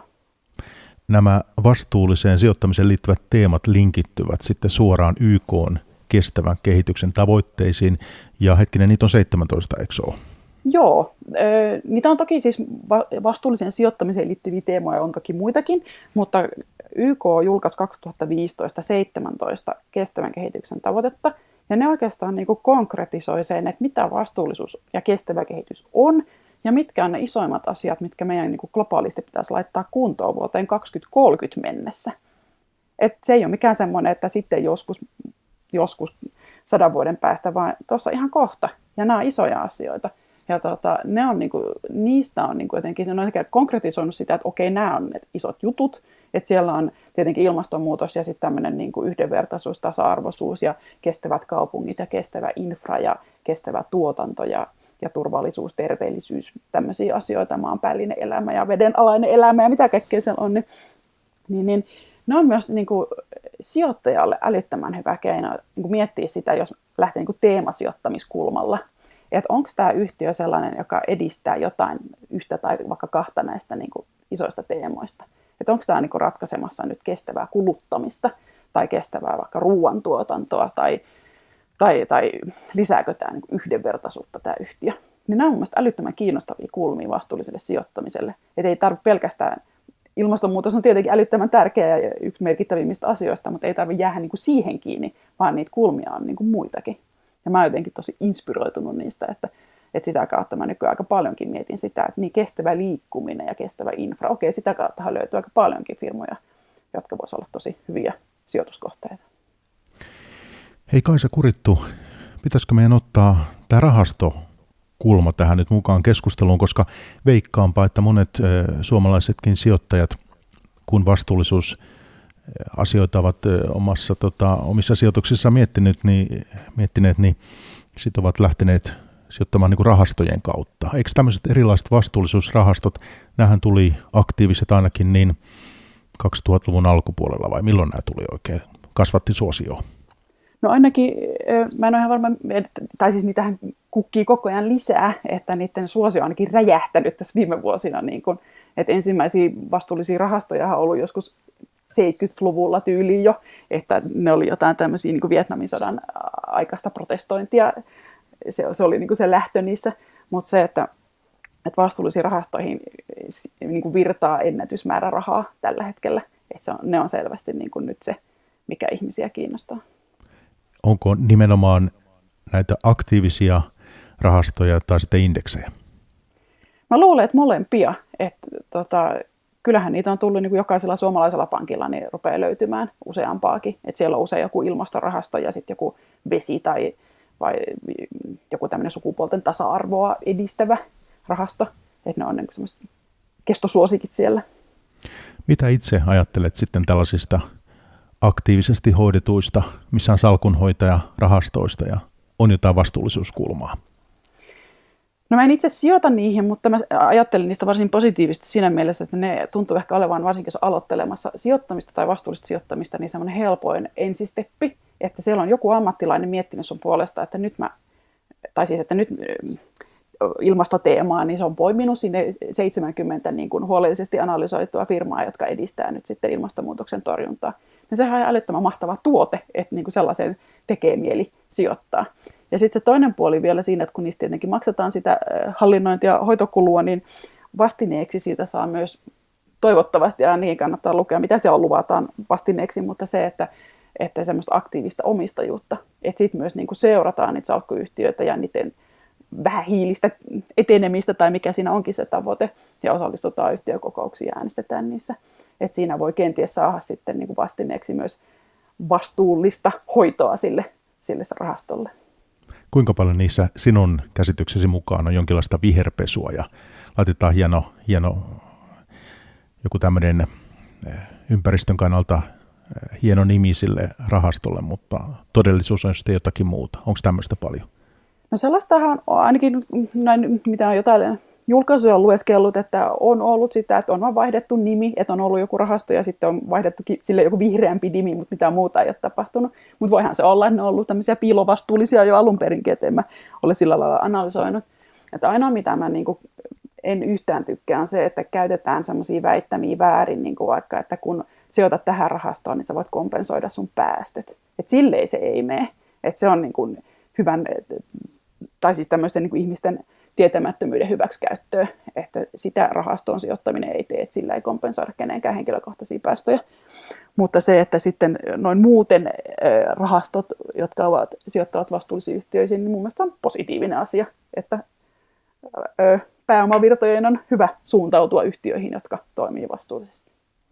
Nämä vastuulliseen sijoittamiseen liittyvät teemat linkittyvät sitten suoraan Y K:n kestävän kehityksen tavoitteisiin ja hetkinen, niitä on seitsemäntoista, eikö ole? Joo, niitä on toki siis vastuulliseen sijoittamiseen liittyviä teemoja, on toki muitakin, mutta Y K julkaisi kaksituhattaviisitoista seitsemäntoista kestävän kehityksen tavoitetta, ja ne oikeastaan niin kuin konkretisoi sen, että mitä vastuullisuus ja kestävä kehitys on, ja mitkä on ne isoimmat asiat, mitkä meidän niin kuin globaalisti pitäisi laittaa kuntoon vuoteen kaksituhattakolmekymmentä mennessä. Et se ei ole mikään semmoinen, että sitten joskus, joskus sadan vuoden päästä, vaan tuossa ihan kohta, ja nämä on isoja asioita. Ja tota, ne on niinku, niistä on niinku jotenkin, ne on ehkä konkretisoinut sitä, että okei, nämä on ne isot jutut, että siellä on tietenkin ilmastonmuutos ja sitten tämmöinen niinku yhdenvertaisuus, tasa-arvoisuus ja kestävät kaupungit ja kestävä infra ja kestävä tuotanto ja, ja turvallisuus, terveellisyys, tämmöisiä asioita, maanpäällinen elämä ja vedenalainen elämä ja mitä kaikkea siellä on, niin, niin, niin ne on myös niinku sijoittajalle älyttömän hyvä keino niinku miettiä sitä, jos lähtee niinku teemasijoittamiskulmalla. Että onko tämä yhtiö sellainen, joka edistää jotain yhtä tai vaikka kahta näistä niin kuin isoista teemoista. Että onko tämä niin kuin ratkaisemassa nyt kestävää kuluttamista tai kestävää vaikka ruoantuotantoa tai, tai, tai lisääkö tämä niin kuin yhdenvertaisuutta tämä yhtiö. Niin nämä on mielestäni älyttömän kiinnostavia kulmia vastuulliselle sijoittamiselle. Että ei tarvitse pelkästään, ilmastonmuutos on tietenkin älyttömän tärkeä ja yksi merkittävimmistä asioista, mutta ei tarvitse jäädä niin kuin siihen kiinni, vaan niitä kulmia on niin kuin muitakin. Ja mä oon jotenkin tosi inspiroitunut niistä, että, että sitä kautta mä nykyään aika paljonkin mietin sitä, että niin kestävä liikkuminen ja kestävä infra, okei, sitä kautta löytyy aika paljonkin firmoja, jotka voisivat olla tosi hyviä sijoituskohteita. Hei Kaisa Kurittu, pitäisikö meidän ottaa tämä rahastokulma tähän nyt mukaan keskusteluun, koska veikkaanpa, että monet suomalaisetkin sijoittajat, kun vastuullisuus asioita ovat omassa, tota, omissa sijoituksissa miettineet, niin, miettineet, niin sitten ovat lähteneet sijoittamaan niin kuin rahastojen kautta. Eikö tämmöiset erilaiset vastuullisuusrahastot, nämähän tuli aktiiviset ainakin niin kaksituhattaluvun alkupuolella, vai milloin nämä tuli oikein, kasvatti suosioon? No ainakin, mä en ole ihan varma, tai siis niitähän kukkii koko ajan lisää, että niiden suosio on ainakin räjähtänyt tässä viime vuosina, niin kun, että ensimmäisiä vastuullisia rahastoja on ollut joskus seitsemänkymmentäluvulla tyyliin jo, että ne oli jotain tämmöisiä niin kuin Vietnamin sodan aikaista protestointia. Se, se oli niin kuin se lähtö niissä, mutta se, että, että vastuullisiin rahastoihin niin kuin virtaa ennätysmäärä rahaa tällä hetkellä, että se on, ne on selvästi niin kuin nyt se, mikä ihmisiä kiinnostaa. Onko nimenomaan näitä aktiivisia rahastoja tai sitten indeksejä? Mä luulen, että molempia. Että, tota, kyllähän niitä on tullut niin kuin jokaisella suomalaisella pankilla, niin rupeaa löytymään useampaakin. Että siellä on usein joku ilmastorahasto ja sitten joku vesi tai vai joku tämmöinen sukupuolten tasa-arvoa edistävä rahasto. Että ne on niin semmoiset kestosuosikit siellä. Mitä itse ajattelet sitten tällaisista aktiivisesti hoidetuista, missä on salkunhoitajarahastoista ja on jotain vastuullisuuskulmaa? No mä en itse sijoita niihin, mutta mä ajattelin niistä varsin positiivisesti siinä mielessä, että ne tuntuu ehkä olevan, varsinkin jos aloittelemassa sijoittamista tai vastuullista sijoittamista, niin semmoinen helpoin ensisteppi, että siellä on joku ammattilainen miettinyt sun puolesta, että nyt mä, tai siis että nyt ilmastoteemaa, niin se on poiminut sinne seitsemänkymmentä niin kuin huolellisesti analysoitua firmaa, jotka edistää nyt sitten ilmastonmuutoksen torjuntaa. Ja sehän on älyttömän mahtava tuote, että niin kuin sellaiseen tekee mieli sijoittaa. Ja sitten se toinen puoli vielä siinä, että kun niistä tietenkin maksetaan sitä hallinnointia ja hoitokulua, niin vastineeksi siitä saa myös toivottavasti, ja niin kannattaa lukea, mitä siellä luvataan vastineeksi, mutta se, että, että semmoista aktiivista omistajuutta, että sitten myös niin kuin seurataan niitä salkkuyhtiöitä ja niiden vähähiilistä etenemistä tai mikä siinä onkin se tavoite, ja osallistutaan yhtiökokouksiin ja äänestetään niissä. Että siinä voi kenties saada sitten niin kuin vastineeksi myös vastuullista hoitoa sille, sille rahastolle. Kuinka paljon niissä sinun käsityksesi mukaan on jonkinlaista viherpesua ja laitetaan hieno, hieno joku tämmöinen ympäristön kannalta hieno nimi sille rahastolle, mutta todellisuus on sitten jotakin muuta. Onko tämmöistä paljon? No sellaistahan on ainakin näin, mitä on jotain julkaisuja on lueskellut, että on ollut sitä, että on vaan vaihdettu nimi, että on ollut joku rahasto ja sitten on vaihdettu sille joku vihreämpi nimi, mutta mitään muuta ei ole tapahtunut. Mutta voihan se olla, että ne on ollut tämmöisiä piilovastuullisia jo alun perinkin, että en mä ole sillä lailla analysoinut. Että ainoa mitä mä niin kuin en yhtään tykkää on se, että käytetään semmoisia väittämiä väärin, niin kuin vaikka, että kun sijoitat tähän rahastoon, niin sä voit kompensoida sun päästöt. Että silleen se ei mene. Että se on niin kuin hyvän, tai siis tämmöisten niin kuin ihmisten tietämättömyyden hyväksikäyttöä, että sitä rahastoon sijoittaminen ei tee, että sillä ei kompensoida kenenkään henkilökohtaisia päästöjä. Mutta se, että sitten noin muuten rahastot, jotka ovat, sijoittavat vastuullisiin yhtiöihin, niin mun mielestä on positiivinen asia, että pääomavirtojen on hyvä suuntautua yhtiöihin, jotka toimii vastuullisesti.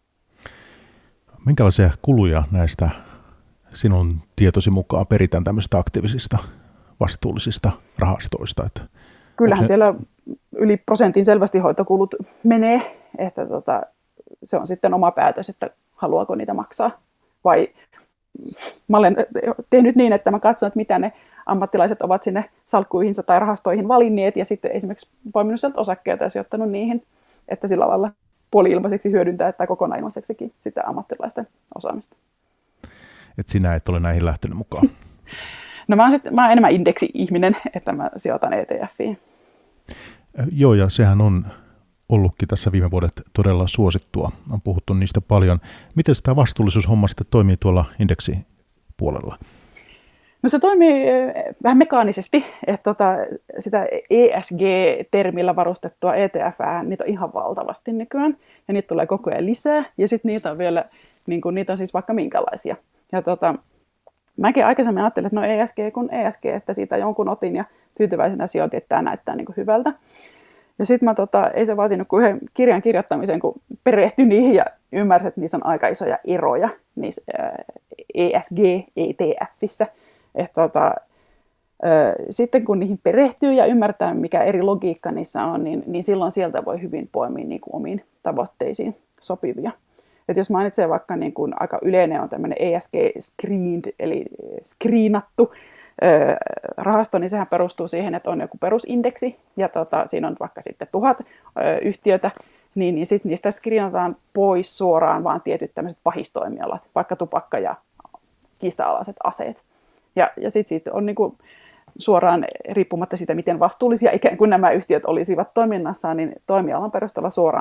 Minkälaisia kuluja näistä sinun tietosi mukaan peritään tämmöisistä aktiivisista vastuullisista rahastoista? Että kyllähän se siellä yli prosentin selvästi hoitokulut menee, että tota, se on sitten oma päätös, että haluaako niitä maksaa. Vai mä olen tehnyt niin, että mä katson, että mitä ne ammattilaiset ovat sinne salkkuihinsa tai rahastoihin valinneet ja sitten esimerkiksi poiminut sieltä osakkeita ja sijoittanut niihin, että sillä lailla puoli-ilmaiseksi hyödyntää tai kokonaan ilmaiseksikin sitä ammattilaisten osaamista. Että sinä et ole näihin lähtenyt mukaan. No mä oon, sit, mä oon enemmän indeksi-ihminen, että mä sijoitan E T Fiin. Joo, ja sehän on ollutkin tässä viime vuodet todella suosittua. On puhuttu niistä paljon. Miten tämä vastuullisuushomma sitten toimii tuolla indeksipuolella? No se toimii vähän mekaanisesti, että tota, sitä E S G-termillä varustettua E T F:ää, niitä on ihan valtavasti nykyään, ja niitä tulee koko ajan lisää, ja sitten niitä on vielä, niin kun, niitä on siis vaikka minkälaisia. Ja tota, mäkin aikaisemmin ajattelin, että no E S G kun E S G, että siitä jonkun otin ja tyytyväisenä sijoitin, että tämä näyttää niin kuin hyvältä. Ja sitten mä tota, ei se vaatinut kuin yhden kirjan kirjoittamisen, kun perehtyin niihin ja ymmärsin, että niissä on aika isoja eroja niissä ää, E S G-E T F:issä. Että tota, ää, sitten kun niihin perehtyy ja ymmärtää, mikä eri logiikka niissä on, niin, niin silloin sieltä voi hyvin poimia niin kuin omiin tavoitteisiin sopivia. Et jos mainitsee vaikka niin kuin aika yleinen on tämmöinen E S G-screened, eli screenattu ö, rahasto, niin sehän perustuu siihen, että on joku perusindeksi, ja tota, siinä on vaikka sitten tuhat ö, yhtiötä, niin, niin sitten niistä screenataan pois suoraan vaan tietyt tämmöiset pahistoimialat, vaikka tupakka ja kiista-alaiset aseet. Ja, ja sitten siitä on niin kuin suoraan, riippumatta siitä, miten vastuullisia ikään kuin nämä yhtiöt olisivat toiminnassaan, niin toimialan perusteella suoraan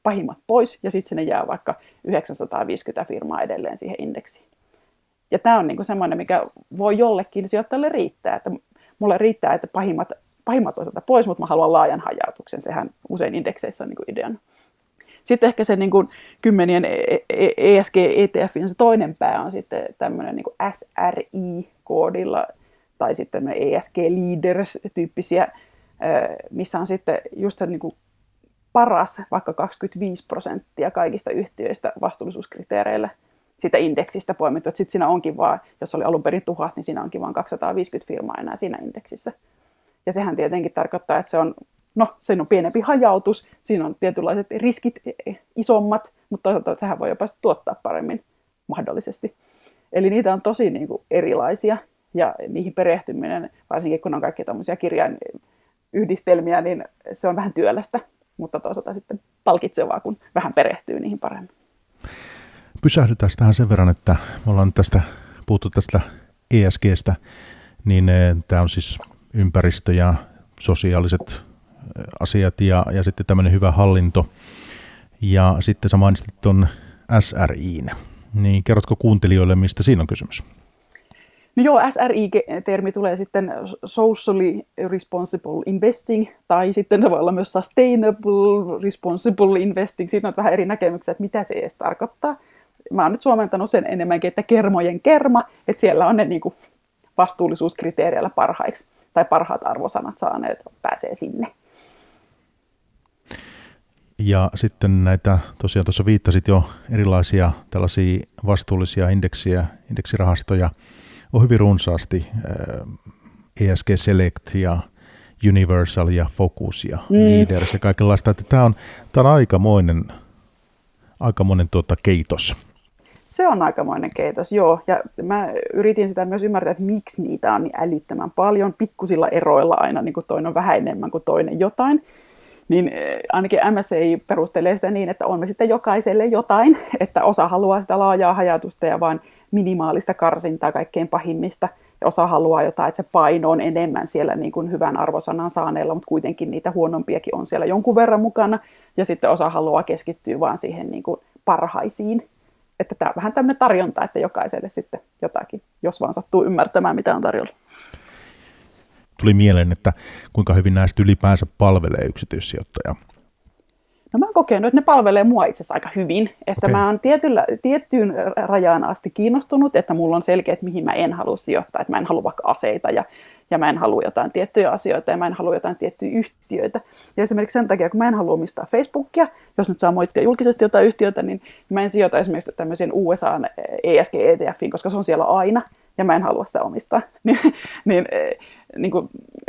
pahimmat pois, ja sitten sinne jää vaikka yhdeksänsataaviisikymmentä firmaa edelleen siihen indeksiin. Ja tämä on niinku semmoinen, mikä voi jollekin sijoittajalle riittää, että mulle riittää, että pahimmat, pahimmat osalta pois, mutta mä haluan laajan hajautuksen, sehän usein indekseissä on niinku ideana. Sitten ehkä se niin kuin kymmenien E S G-E T F:in se toinen pää on sitten tämmöinen niin kuin S R I-koodilla tai sitten E S G-leaders-tyyppisiä, missä on sitten just se niin kuin paras, vaikka kaksikymmentäviisi prosenttia kaikista yhtiöistä vastuullisuuskriteereillä siitä indeksistä poimittu. Sitten siinä onkin vaan, jos oli alun perin tuhat, niin siinä onkin vain kaksisataaviisikymmentä firmaa enää siinä indeksissä. Ja sehän tietenkin tarkoittaa, että se on No, siinä on pienempi hajautus, siinä on tietynlaiset riskit isommat, mutta toisaalta sehän voi jopa tuottaa paremmin mahdollisesti. Eli niitä on tosi niin kuin erilaisia ja niihin perehtyminen, varsinkin kun on kaikkia tämmöisiä kirjainyhdistelmiä, niin se on vähän työlästä, mutta toisaalta sitten palkitsevaa, kun vähän perehtyy niihin paremmin. Pysähdytään tähän sen verran, että me ollaan nyt tästä puhuttu tästä E S G:stä, niin tämä on siis ympäristö ja sosiaaliset asiat ja, ja sitten tämmöinen hyvä hallinto. Ja sitten sä mainitsit tuon S R I:n. Niin kerrotko kuuntelijoille, mistä siinä on kysymys? No joo, S R I-termi tulee sitten Socially Responsible Investing, tai sitten se voi olla myös Sustainable Responsible Investing. Siinä on vähän eri näkemyksiä, että mitä se edes tarkoittaa. Mä oon nyt suomentanut sen enemmänkin, että kermojen kerma, että siellä on ne niin kuin vastuullisuuskriteereillä parhaiksi, tai parhaat arvosanat saaneet pääsee sinne. Ja sitten näitä, tosiaan tuossa viittasit jo erilaisia tällaisia vastuullisia indeksiä, indeksirahastoja, on hyvin runsaasti, E S G Select ja Universal ja Focus ja mm. Leaders ja kaikenlaista, että tämä on, tämä on aikamoinen, aikamoinen tuota keitos. Se on aikamoinen keitos, joo, ja mä yritin sitä myös ymmärtää, että miksi niitä on niin älyttömän paljon, pikkusilla eroilla aina, niin kuin toinen on vähän enemmän kuin toinen jotain. Niin ainakin M S C I perustelee sitä niin, että on me sitten jokaiselle jotain, että osa haluaa sitä laajaa hajautusta ja vain minimaalista karsintaa kaikkein pahimmista, ja osa haluaa jotain, että se paino on enemmän siellä niin kuin hyvän arvosanan saaneella, mutta kuitenkin niitä huonompiakin on siellä jonkun verran mukana, ja sitten osa haluaa keskittyä vaan siihen niin kuin parhaisiin. Että tämä on vähän tämmöinen tarjonta, että jokaiselle sitten jotakin, jos vaan sattuu ymmärtämään, mitä on tarjolla. Tuli mieleen, että kuinka hyvin näistä ylipäänsä palvelee yksityissijoittaja? No mä oon kokenut, että ne palvelee mua itse asiassa aika hyvin. Että okay. Mä oon tietyllä, tiettyyn rajaan asti kiinnostunut, että mulla on selkeä, että mihin mä en halua sijoittaa. Että mä en halua vaikka aseita ja, ja mä en halua jotain tiettyjä asioita ja mä en halua jotain tiettyjä yhtiöitä. Ja esimerkiksi sen takia, kun mä en halua omistaa Facebookia, jos nyt saa moittia julkisesti jotain yhtiötä, niin mä en sijoita esimerkiksi tämmöisen U S A:n E S G-E T F:in, koska se on siellä aina. Ja mä en halua sitä omistaa. niin, niin, niin kuin,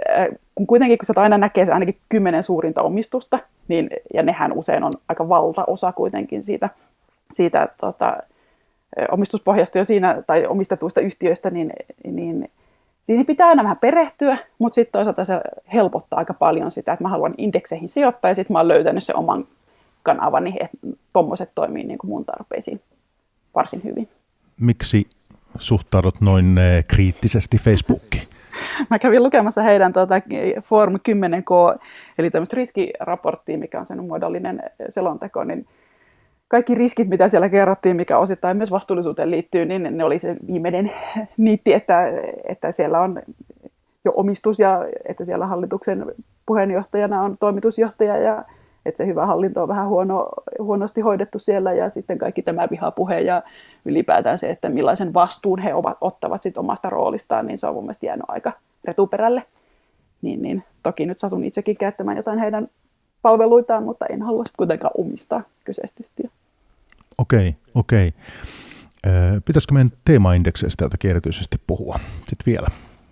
kun kuitenkin, kun sä aina näkee ainakin kymmenen suurinta omistusta, niin, ja nehän usein on aika valtaosa kuitenkin siitä, siitä tota, omistuspohjasta jo siinä, tai omistetuista yhtiöistä, niin, niin siihen pitää aina vähän perehtyä, mutta sitten toisaalta se helpottaa aika paljon sitä, että mä haluan indekseihin sijoittaa, ja sitten mä oon löytänyt sen oman kanavani, että tommoset toimii niin kuin mun tarpeisiin varsin hyvin. Miksi suhtaudut noin kriittisesti Facebookiin? Mä kävin lukemassa heidän tuota, Form kymmenen K, eli tämmöistä riskiraporttia, mikä on sen muodollinen selonteko, niin kaikki riskit, mitä siellä kerrottiin, mikä osittain myös vastuullisuuteen liittyy, niin ne oli se viimeinen niitti, että, että siellä on jo omistus ja että siellä hallituksen puheenjohtajana on toimitusjohtaja ja että se hyvä hallinto on vähän huono, huonosti hoidettu siellä ja sitten kaikki tämä vihapuhe ja ylipäätään se, että millaisen vastuun he ovat, ottavat sit omasta roolistaan, niin se on mun mielestä jäänyt aika retuperälle. Niin, niin, toki nyt satun itsekin käyttämään jotain heidän palveluitaan, mutta en halua sitten kuitenkaan omistaa kyseistä yhtiöä. Okei, okei. Pitäisikö meidän teemaindekseistä jotakin erityisesti puhua sitten vielä?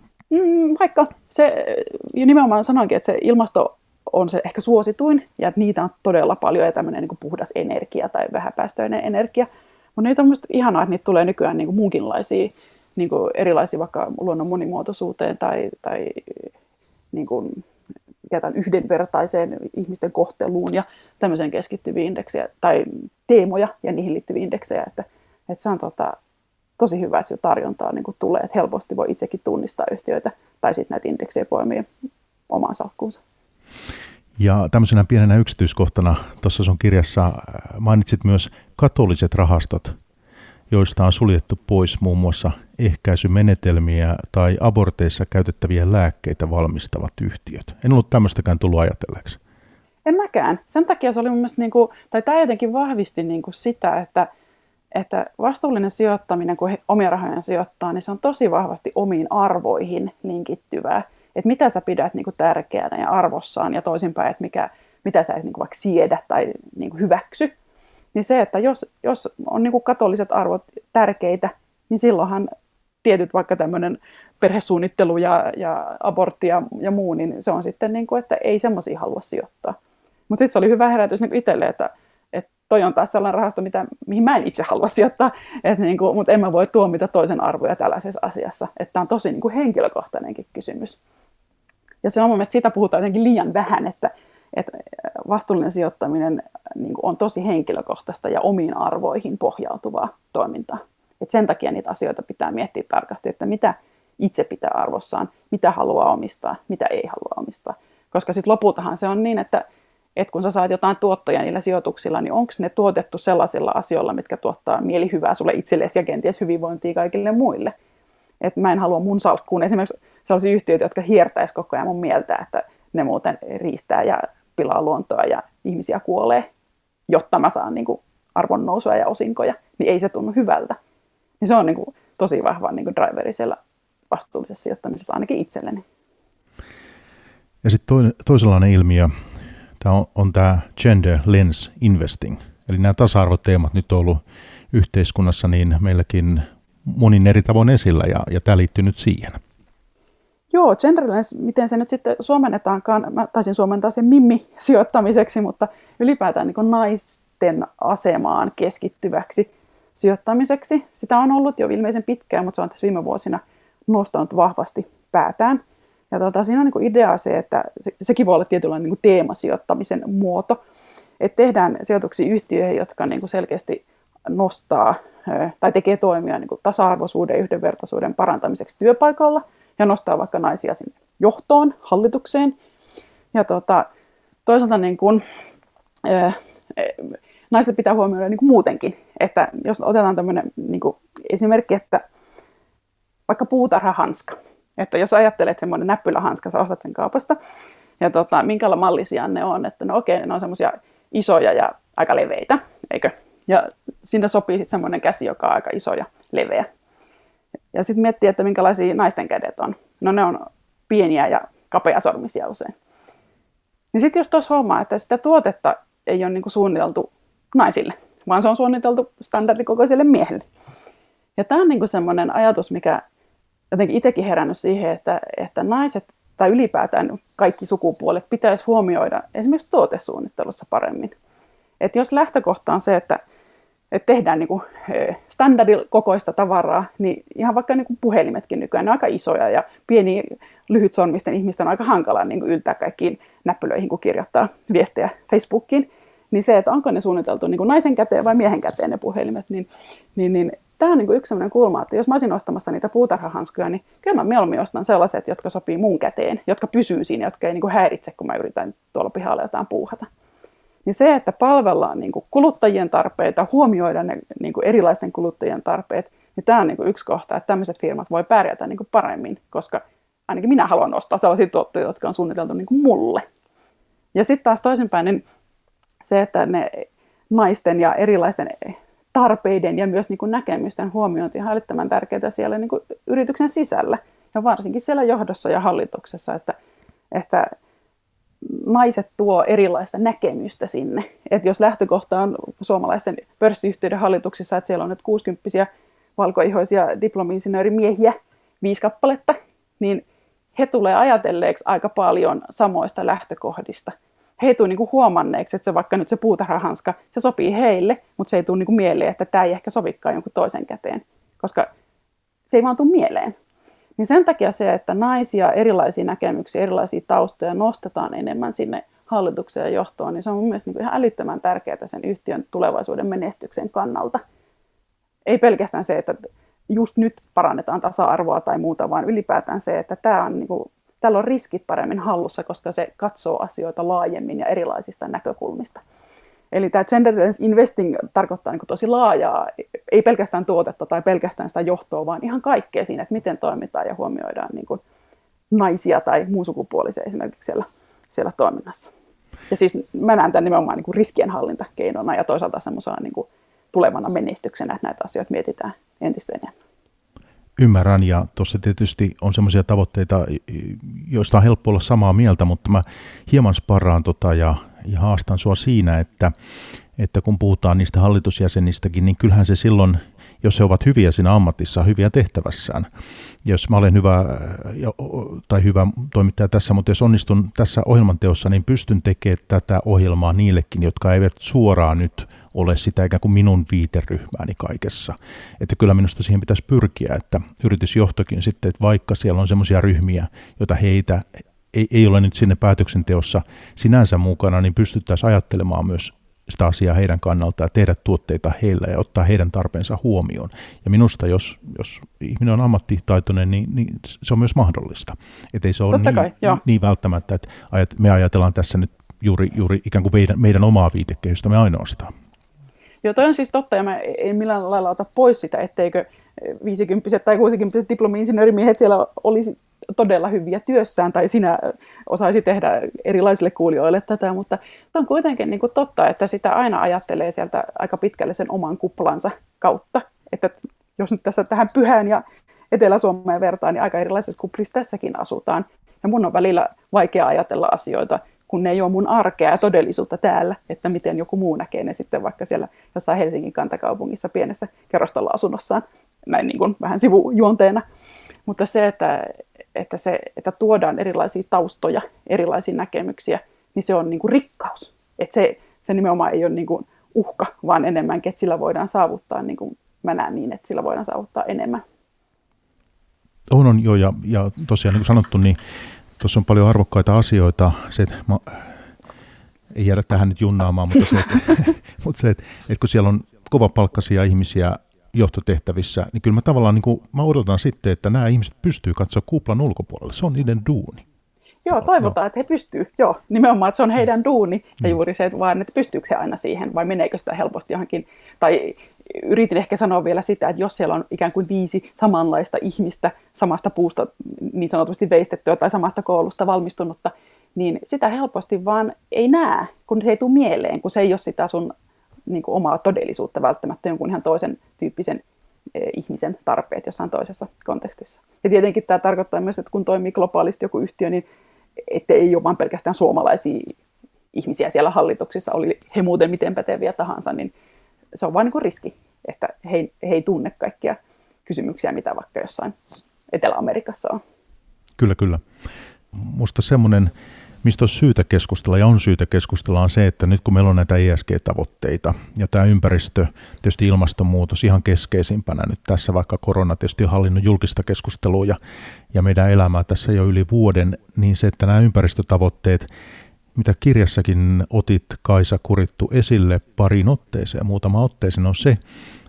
Mm, vaikka se, ja nimenomaan sanoinkin, että se ilmasto on se ehkä suosituin, ja että niitä on todella paljon, ja tämmöinen niin kuin puhdas energia tai vähäpäästöinen energia. Mutta niitä on myös ihanaa, että niitä tulee nykyään niin kuin muunkinlaisia, niin kuin erilaisia vaikka luonnon monimuotoisuuteen tai, tai niin kuin, jätän yhdenvertaiseen ihmisten kohteluun ja tämmöiseen keskittyviä indeksejä tai teemoja ja niihin liittyviä indeksejä. Että, että se on tota, tosi hyvä, että se tarjontaa niin kuin tulee, että helposti voi itsekin tunnistaa yhtiöitä tai sitten näitä indeksejä poimia omaan salkkuunsa. Ja tämmöisenä pienenä yksityiskohtana tuossa sun kirjassa mainitsit myös katoliset rahastot, joista on suljettu pois muun muassa ehkäisymenetelmiä tai aborteissa käytettäviä lääkkeitä valmistavat yhtiöt. En ollut tämmöistäkään tullut ajatelleeksi. En mäkään. Sen takia se oli mun mielestä, niin kuin, tai tämä jotenkin vahvisti niin kuin sitä, että, että vastuullinen sijoittaminen, kun omia rahoja sijoittaa, niin se on tosi vahvasti omiin arvoihin linkittyvää. Että mitä sä pidät niin kuin tärkeänä ja arvossaan ja toisinpäin, että mikä, mitä sä et niin kuin vaikka siedä tai niin kuin hyväksy. Niin se, että jos, jos on niin kuin katoliset arvot tärkeitä, niin silloinhan tietyt vaikka tämmöinen perhesuunnittelu ja, ja abortti ja, ja muu, niin se on sitten niin kuin, että ei semmoisia halua sijoittaa. Mutta sitten se oli hyvä herätys niin itselle, että, että toi on taas sellainen rahasto, mitä, mihin mä en itse halua sijoittaa, niin kuin, mutta en mä voi tuomita toisen arvoja tällaisessa asiassa. Että tämä on tosi niin kuin henkilökohtainenkin kysymys. Ja se on mun mielestä, siitä puhutaan jotenkin liian vähän, että, että vastuullinen sijoittaminen niin kuin on tosi henkilökohtaista ja omiin arvoihin pohjautuvaa toimintaa. Et sen takia niitä asioita pitää miettiä tarkasti, että mitä itse pitää arvossaan, mitä haluaa omistaa, mitä ei halua omistaa. Koska sitten lopultahan se on niin, että, että kun sä saat jotain tuottoja niillä sijoituksilla, niin onko ne tuotettu sellaisilla asioilla, mitkä tuottaa mielihyvää sulle itsellesi ja kenties hyvinvointia kaikille muille. Et mä en halua mun salkkuun esimerkiksi sellaisia yhtiöitä, jotka hiertäisi koko ajan mun mieltä, että ne muuten riistää ja pilaa luontoa ja ihmisiä kuolee, jotta mä saan niin kuin arvonnousua ja osinkoja, niin ei se tunnu hyvältä. Niin se on niin kuin tosi vahva niin kuin driveri siellä vastuullisessa sijoittamisessa ainakin itselleni. Ja sitten toisenlainen ilmiö, tämä on, on tämä gender lens investing. Eli nämä tasa-arvoteemat nyt on ollut yhteiskunnassa niin meilläkin monin eri tavoin esillä, ja, ja tämä liittyy nyt siihen. Joo, gender lens, miten se nyt sitten suomennetaankaan, mä taisin suomentaa sen mimmi-sijoittamiseksi, mutta ylipäätään niin kuin naisten asemaan keskittyväksi sijoittamiseksi. Sitä on ollut jo ilmeisen pitkään, mutta se on tässä viime vuosina nostanut vahvasti päätään. Ja tuota, siinä on niin kuin idea se, että se, sekin voi olla tietynlainen niin kuin teemasijoittamisen muoto, että tehdään sijoituksia yhtiöihin, jotka niin kuin selkeästi nostaa tai tekee toimia niin kuin tasa-arvoisuuden ja yhdenvertaisuuden parantamiseksi työpaikalla ja nostaa vaikka naisia sinne johtoon, hallitukseen. Ja tuota, toisaalta niin kuin, äh, naiset pitää huomioida niin kuin muutenkin, että jos otetaan tämmöinen niin kuin esimerkki, että vaikka puutarhahanska, että jos ajattelet semmoinen näppylähanska, sä ostat sen kaupasta, ja tota, minkälaisia mallisia ne on, että no okei, ne on semmoisia isoja ja aika leveitä, eikö? Ja siinä sopii sitten semmoinen käsi, joka on aika iso ja leveä. Ja sitten miettii, että minkälaisia naisten kädet on. No ne on pieniä ja kapeasormisia usein. Niin sitten jos tuossa huomaa, että sitä tuotetta ei ole niinku suunniteltu naisille, vaan se on suunniteltu standardikokoiselle miehelle. Ja tämä on niinku semmoinen ajatus, mikä jotenkin itsekin herännyt siihen, että, että naiset tai ylipäätään kaikki sukupuolet pitäisi huomioida esimerkiksi tuotesuunnittelussa paremmin. Että jos lähtökohta on se, että, että tehdään niin kuin standardikokoista tavaraa, niin ihan vaikka niin kuin puhelimetkin nykyään, ne on aika isoja ja pieni lyhytsormisten ihmisten on aika hankala niin kuin yltää kaikkiin näppylöihin, kun kirjoittaa viestejä Facebookiin. Niin se, että onko ne suunniteltu niin kuin naisen käteen vai miehen käteen ne puhelimet, niin, niin, niin tämä on niin kuin yksi sellainen kulma, että jos mä olisin ostamassa niitä puutarhahanskoja, niin kyllä mä mieluummin ostan sellaiset, jotka sopii mun käteen, jotka pysyy siinä, jotka ei niin kuin häiritse, kun mä yritän tuolla pihalla jotain puuhata. Niin se, että palvellaan niin kuin kuluttajien tarpeita, huomioidaan ne niin kuin erilaisten kuluttajien tarpeet, niin tämä on niin kuin yksi kohta, että tämmöiset firmat voi pärjätä niin kuin paremmin, koska ainakin minä haluan ostaa sellaisia tuotteita, jotka on suunniteltu niin kuin mulle. Ja sitten taas toisinpäin, niin se, että ne naisten ja erilaisten tarpeiden ja myös niin kuin näkemysten huomiointi on älyttömän tärkeää siellä niin kuin yrityksen sisällä ja varsinkin siellä johdossa ja hallituksessa, että, että naiset tuo erilaista näkemystä sinne. Että jos lähtökohta on suomalaisten pörssiyhtiöiden hallituksissa, että siellä on nyt kuusikymppisiä valkoihoisia diplomi-insinöörimiehiä, viisi kappaletta, niin he tulee ajatelleeksi aika paljon samoista lähtökohdista. He ei tule niinku huomanneeksi, että se vaikka nyt se puutarhahanska, se sopii heille, mutta se ei tule niinku mieleen, että tämä ei ehkä sovikaan jonkun toisen käteen, koska se ei vaan tule mieleen. Niin sen takia se, että naisia, erilaisia näkemyksiä, erilaisia taustoja nostetaan enemmän sinne hallitukseen ja johtoon, niin se on mun mielestä niin ihan älyttömän tärkeää sen yhtiön tulevaisuuden menestyksen kannalta. Ei pelkästään se, että just nyt parannetaan tasa-arvoa tai muuta, vaan ylipäätään se, että tämä on niin kuin täällä on riskit paremmin hallussa, koska se katsoo asioita laajemmin ja erilaisista näkökulmista. Eli tämä genderless investing tarkoittaa niin kuin tosi laajaa, ei pelkästään tuotetta tai pelkästään sitä johtoa, vaan ihan kaikkea siinä, että miten toimitaan ja huomioidaan niin kuin naisia tai muunsukupuolisia esimerkiksi siellä, siellä toiminnassa. Ja siis mä näen tämän nimenomaan niin kuin riskienhallintakeinona ja toisaalta semmoisena niin kuin tulevana menestyksenä, että näitä asioita mietitään entistä enemmän. Ymmärrän, ja tuossa tietysti on semmoisia tavoitteita, joista on helppo olla samaa mieltä, mutta mä hieman sparraan tota ja, ja haastan sua siinä, että, että kun puhutaan niistä hallitusjäsenistäkin, niin kyllähän se silloin, jos he ovat hyviä siinä ammatissa, hyviä tehtävässään. Jos mä olen hyvä, tai hyvä toimittaja tässä, mutta jos onnistun tässä ohjelmanteossa, niin pystyn tekemään tätä ohjelmaa niillekin, jotka eivät suoraan nyt ole sitä ikään kuin minun viiteryhmääni kaikessa. Että kyllä minusta siihen pitäisi pyrkiä, että yritysjohtokin sitten, että vaikka siellä on semmoisia ryhmiä, joita heitä ei, ei ole nyt sinne päätöksenteossa sinänsä mukana, niin pystyttäisiin ajattelemaan myös sitä asiaa heidän kannaltaan ja tehdä tuotteita heillä ja ottaa heidän tarpeensa huomioon. Ja minusta, jos, jos ihminen on ammattitaitoinen, niin, niin se on myös mahdollista. Että ei se ole niin, kai, niin välttämättä, että me ajatellaan tässä nyt juuri, juuri ikään kuin meidän, meidän omaa viitekehystämme ainoastaan. Joo, toi on siis totta, ja mä en millään lailla ota pois sitä, etteikö viisikymppiset tai kuusikymppiset diplomi-insinöörimiehet siellä olisi todella hyviä työssään, tai sinä osaisi tehdä erilaisille kuulijoille tätä, mutta on kuitenkin niin kuin totta, että sitä aina ajattelee sieltä aika pitkälle sen oman kuplansa kautta, että jos nyt tässä tähän Pyhään ja Etelä-Suomeen vertaan, niin aika erilaisissa kuplissa tässäkin asutaan, ja mun on välillä vaikea ajatella asioita, kun ne ei ole mun arkea ja todellisuutta täällä, että miten joku muu näkee ne sitten vaikka siellä jossain Helsingin kantakaupungissa pienessä kerrostaloasunnossaan, näin niin kuin vähän sivujuonteena. Mutta se, että, että, se, että tuodaan erilaisia taustoja, erilaisia näkemyksiä, niin se on niin kuin rikkaus. Että se, se nimenomaan ei ole niin kuin uhka, vaan enemmänkin, että sillä voidaan saavuttaa, niin kuin mä näen niin, että sillä voidaan saavuttaa enemmän. On, on joo, ja, ja tosiaan niin kuin sanottu, niin tuossa on paljon arvokkaita asioita. Se, että mä, ei jäädä tähän nyt junnaamaan, mutta se, että, mutta se, että, että kun siellä on kovapalkkaisia ihmisiä johtotehtävissä, niin kyllä mä tavallaan niin kuin, mä odotan sitten, että nämä ihmiset pystyy katsoa kuplan ulkopuolelle. Se on niiden duuni. Joo, toivotaan, joo. Että he pystyy. Joo, nimenomaan, että se on heidän duuni. Ja juuri se, että vaan, että pystyykö se aina siihen, vai meneekö sitä helposti johonkin. Tai yritin ehkä sanoa vielä sitä, että jos siellä on ikään kuin viisi samanlaista ihmistä samasta puusta niin sanotusti veistettyä tai samasta koulusta valmistunutta, niin sitä helposti vaan ei näe, kun se ei tule mieleen, kun se ei ole sitä sun niin kuin omaa todellisuutta välttämättä jonkun ihan toisen tyyppisen eh, ihmisen tarpeet jossain toisessa kontekstissa. Ja tietenkin tämä tarkoittaa myös, että kun toimii globaalisti joku yhtiö, niin että ei ole vain pelkästään suomalaisia ihmisiä siellä hallituksissa, oli he muuten miten päteviä tahansa, niin se on vain niin kuin riski, että he, he ei tunne kaikkia kysymyksiä, mitä vaikka jossain Etelä-Amerikassa on. Kyllä, kyllä. Musta semmoinen, mistä on syytä keskustella ja on syytä keskustella, on se, että nyt kun meillä on näitä E S G-tavoitteita ja tämä ympäristö, tietysti ilmastonmuutos ihan keskeisimpänä nyt tässä, vaikka korona tietysti on hallinnut julkista keskustelua ja, ja meidän elämää tässä jo yli vuoden, niin se, että nämä ympäristötavoitteet, mitä kirjassakin otit, Kaisa Kurittu, esille parin otteeseen, muutama otteeseen, on se,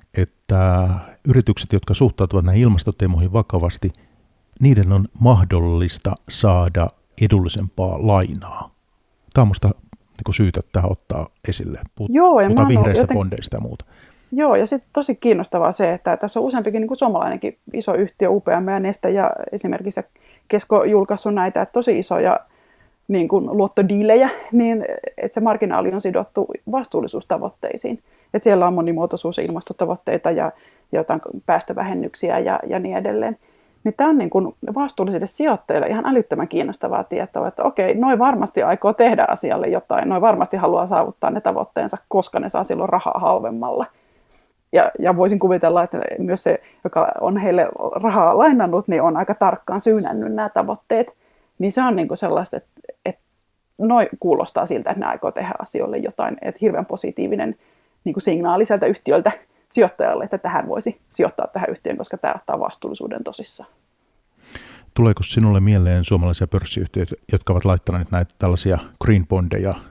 että yritykset, jotka suhtautuvat näihin ilmastoteemoihin vakavasti, niiden on mahdollista saada edullisempaa lainaa. Tämä on minusta niin syytä tähän ottaa esille. Puhut, Joo, ja puhutaan vihreistä joten... bondeista ja muuta. Joo, ja sitten tosi kiinnostavaa se, että tässä on useampikin niin kuin suomalainenkin iso yhtiö, U P M ja Neste ja esimerkiksi Kesko julkaissut näitä, että tosi isoja niin kuin luottodiilejä, niin että se marginaali on sidottu vastuullisuustavoitteisiin. Että siellä on monimuotoisuus- ja ilmastotavoitteita ja jotain päästövähennyksiä ja, ja niin edelleen. Niin tämä on niin kuin vastuullisille sijoittajille ihan älyttömän kiinnostavaa tietoa, että okei, noi varmasti aikoo tehdä asialle jotain, noi varmasti haluaa saavuttaa ne tavoitteensa, koska ne saa silloin rahaa halvemmalla. Ja, ja voisin kuvitella, että myös se, joka on heille rahaa lainannut, niin on aika tarkkaan syynännyt nämä tavoitteet. Niin se on niin kuin sellaista, että, että noi kuulostaa siltä, että ne aikoo tehdä asioille jotain, että hirveän positiivinen niin kuin signaali sieltä yhtiöltä sijoittajalle, että tähän voisi sijoittaa tähän yhtiöön, koska tämä ottaa vastuullisuuden tosissaan. Tuleeko sinulle mieleen suomalaisia pörssiyhtiöitä, jotka ovat laittaneet näitä tällaisia green bondeja ää,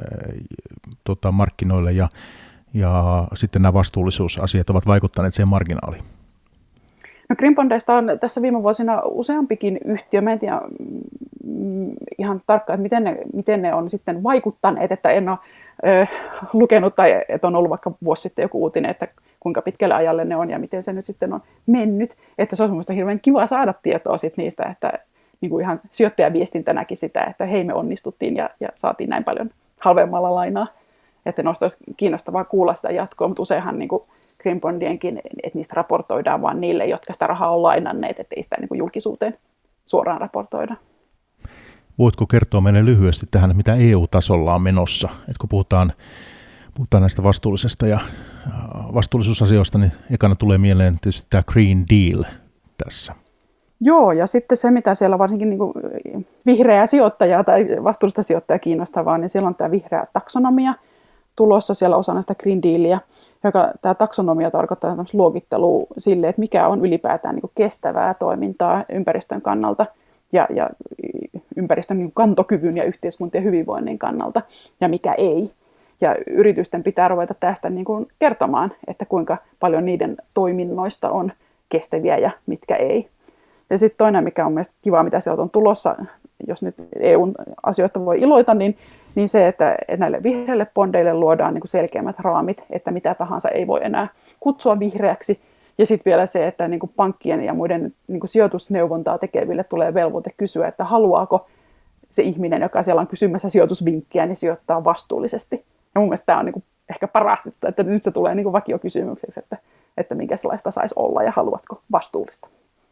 tota, markkinoille ja, ja sitten nämä vastuullisuusasiat ovat vaikuttaneet siihen marginaaliin? No Green Bondeista on tässä viime vuosina useampikin yhtiö. Mä en tiedä mm, ihan tarkkaan, että miten ne, miten ne on sitten vaikuttaneet, että en ole ö, lukenut tai että on ollut vaikka vuosi sitten joku uutinen, että kuinka pitkälle ajalle ne on ja miten se nyt sitten on mennyt. Että se on mielestäni hirveän kiva saada tietoa sit niistä, että niin kuin ihan sijoittajaviestintänäkin sitä, että hei me onnistuttiin ja, ja saatiin näin paljon halvemmalla lainaa. Että noista olisi kiinnostavaa kuulla sitä jatkoa, mutta useinhan niin kuin Green Bondienkin, että niistä raportoidaan vaan niille, jotka sitä rahaa on lainanneet, ettei sitä niin kuin julkisuuteen suoraan raportoida. Voitko kertoa meille lyhyesti tähän, mitä E U-tasolla on menossa? Et kun puhutaan, puhutaan näistä vastuullisesta ja vastuullisuusasioista, niin ekana tulee mieleen tietysti tämä Green Deal tässä. Joo, ja sitten se, mitä siellä varsinkin niin kuin vihreää sijoittajaa tai vastuullista sijoittajaa kiinnostavaa, niin siellä on tämä vihreä taksonomia tulossa siellä osana sitä Green Dealia, joka tämä taksonomia tarkoittaa luokittelua sille, että mikä on ylipäätään niin kuin kestävää toimintaa ympäristön kannalta ja, ja ympäristön niin kuin kantokyvyn ja yhteiskuntien hyvinvoinnin kannalta ja mikä ei. Ja yritysten pitää ruveta tästä niin kuin kertomaan, että kuinka paljon niiden toiminnoista on kestäviä ja mitkä ei. Ja sitten toinen, mikä on mielestäni kiva, mitä sieltä on tulossa, jos nyt E U:n asioista voi iloita, niin, niin se, että näille vihreille bondeille luodaan niin kuin selkeämmät raamit, että mitä tahansa ei voi enää kutsua vihreäksi. Ja sitten vielä se, että niin kuin pankkien ja muiden niin kuin sijoitusneuvontaa tekeville tulee velvoite kysyä, että haluaako se ihminen, joka siellä on kysymässä sijoitusvinkkiä, niin sijoittaa vastuullisesti. Ja mun mielestä tämä on niin kuin ehkä paras, että nyt se tulee niin kuin vakiokysymykseksi, että, että minkälaista saisi olla ja haluatko vastuullista.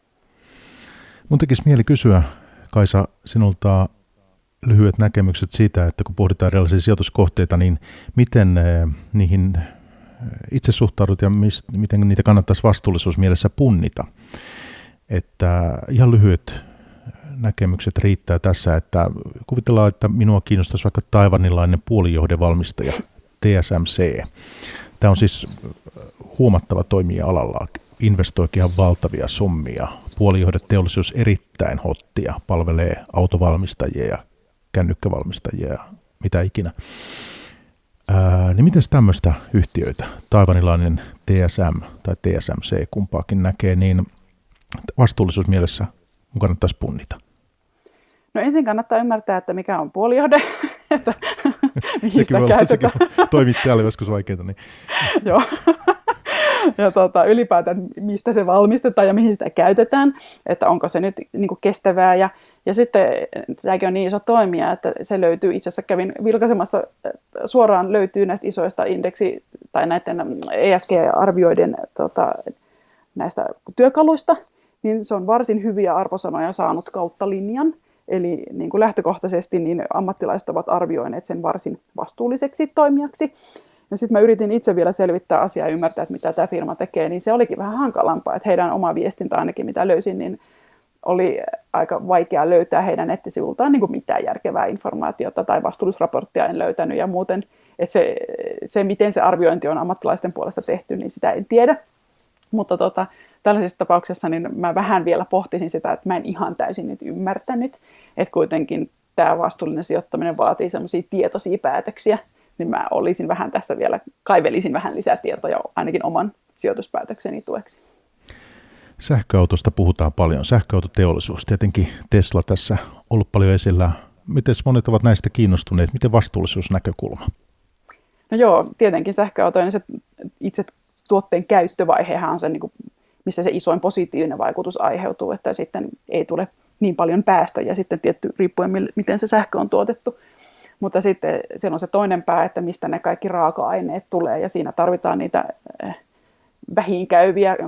Mun tekisi mieli kysyä, Kaisa, sinulta lyhyet näkemykset siitä, että kun pohditaan erilaisia sijoituskohteita, niin miten niihin itse suhtaudut ja mist, miten niitä kannattaisi vastuullisuusmielessä punnita? Että ihan lyhyet näkemykset riittää tässä, että kuvitellaan, että minua kiinnostaisi vaikka taivanilainen puolijohdevalmistaja T S M C. Tämä on siis huomattava toimija alalla, investoikin ihan valtavia summia. Puolijohdeteollisuus erittäin hottia, palvelee autovalmistajia ja kännykkävalmistajia ja mitä ikinä. Ää, niin miten tämmöistä yhtiöitä, taivanilainen T S M tai T S M C kumpaakin näkee, niin vastuullisuusmielessä mun kannattaisi punnita? No ensin kannattaa ymmärtää, että mikä on puolijohde, että mihin sekin sitä voi käytetään. Sekin toimittajalle joskus vaikeaa. Niin. Joo. Ja tuota, ylipäätään, mistä se valmistetaan ja mihin sitä käytetään, että onko se nyt niin kuin kestävää. Ja, ja sitten tämäkin on niin iso toimija, että se löytyy, itse asiassa kävin vilkaisemassa, suoraan löytyy näistä isoista indeksi- tai näiden E S G-arvioiden tota, näistä työkaluista, niin se on varsin hyviä arvosanoja saanut kautta linjan. Eli niin kuin lähtökohtaisesti niin ammattilaiset ovat arvioineet sen varsin vastuulliseksi toimijaksi. Ja sitten mä yritin itse vielä selvittää asiaa ja ymmärtää, että mitä tämä firma tekee, niin se olikin vähän hankalampaa. Että heidän oma viestintä ainakin, mitä löysin, niin oli aika vaikea löytää heidän nettisivultaan niin kuin mitään järkevää informaatiota tai vastuullisraporttia en löytänyt. Ja muuten, että se, se, miten se arviointi on ammattilaisten puolesta tehty, niin sitä en tiedä. Mutta tota, tällaisessa tapauksessa niin mä vähän vielä pohtisin sitä, että mä en ihan täysin nyt ymmärtänyt, että kuitenkin tämä vastuullinen sijoittaminen vaatii semmoisia tietoisia päätöksiä, niin mä olisin vähän tässä vielä, kaivelisin vähän lisää tietoja ainakin oman sijoituspäätökseni tueksi. Sähköautosta puhutaan paljon. Sähköautoteollisuus, tietenkin Tesla tässä ollut paljon esillä. Miten monet ovat näistä kiinnostuneet? Miten vastuullisuusnäkökulma? No joo, tietenkin sähköautojen se itse tuotteen käyttövaihehan on se, niin kuin, missä se isoin positiivinen vaikutus aiheutuu, että sitten ei tule niin paljon päästöjä sitten tietty riippuen, miten se sähkö on tuotettu. Mutta sitten siellä on se toinen pää, että mistä ne kaikki raaka-aineet tulee, ja siinä tarvitaan niitä vähiinkäyviä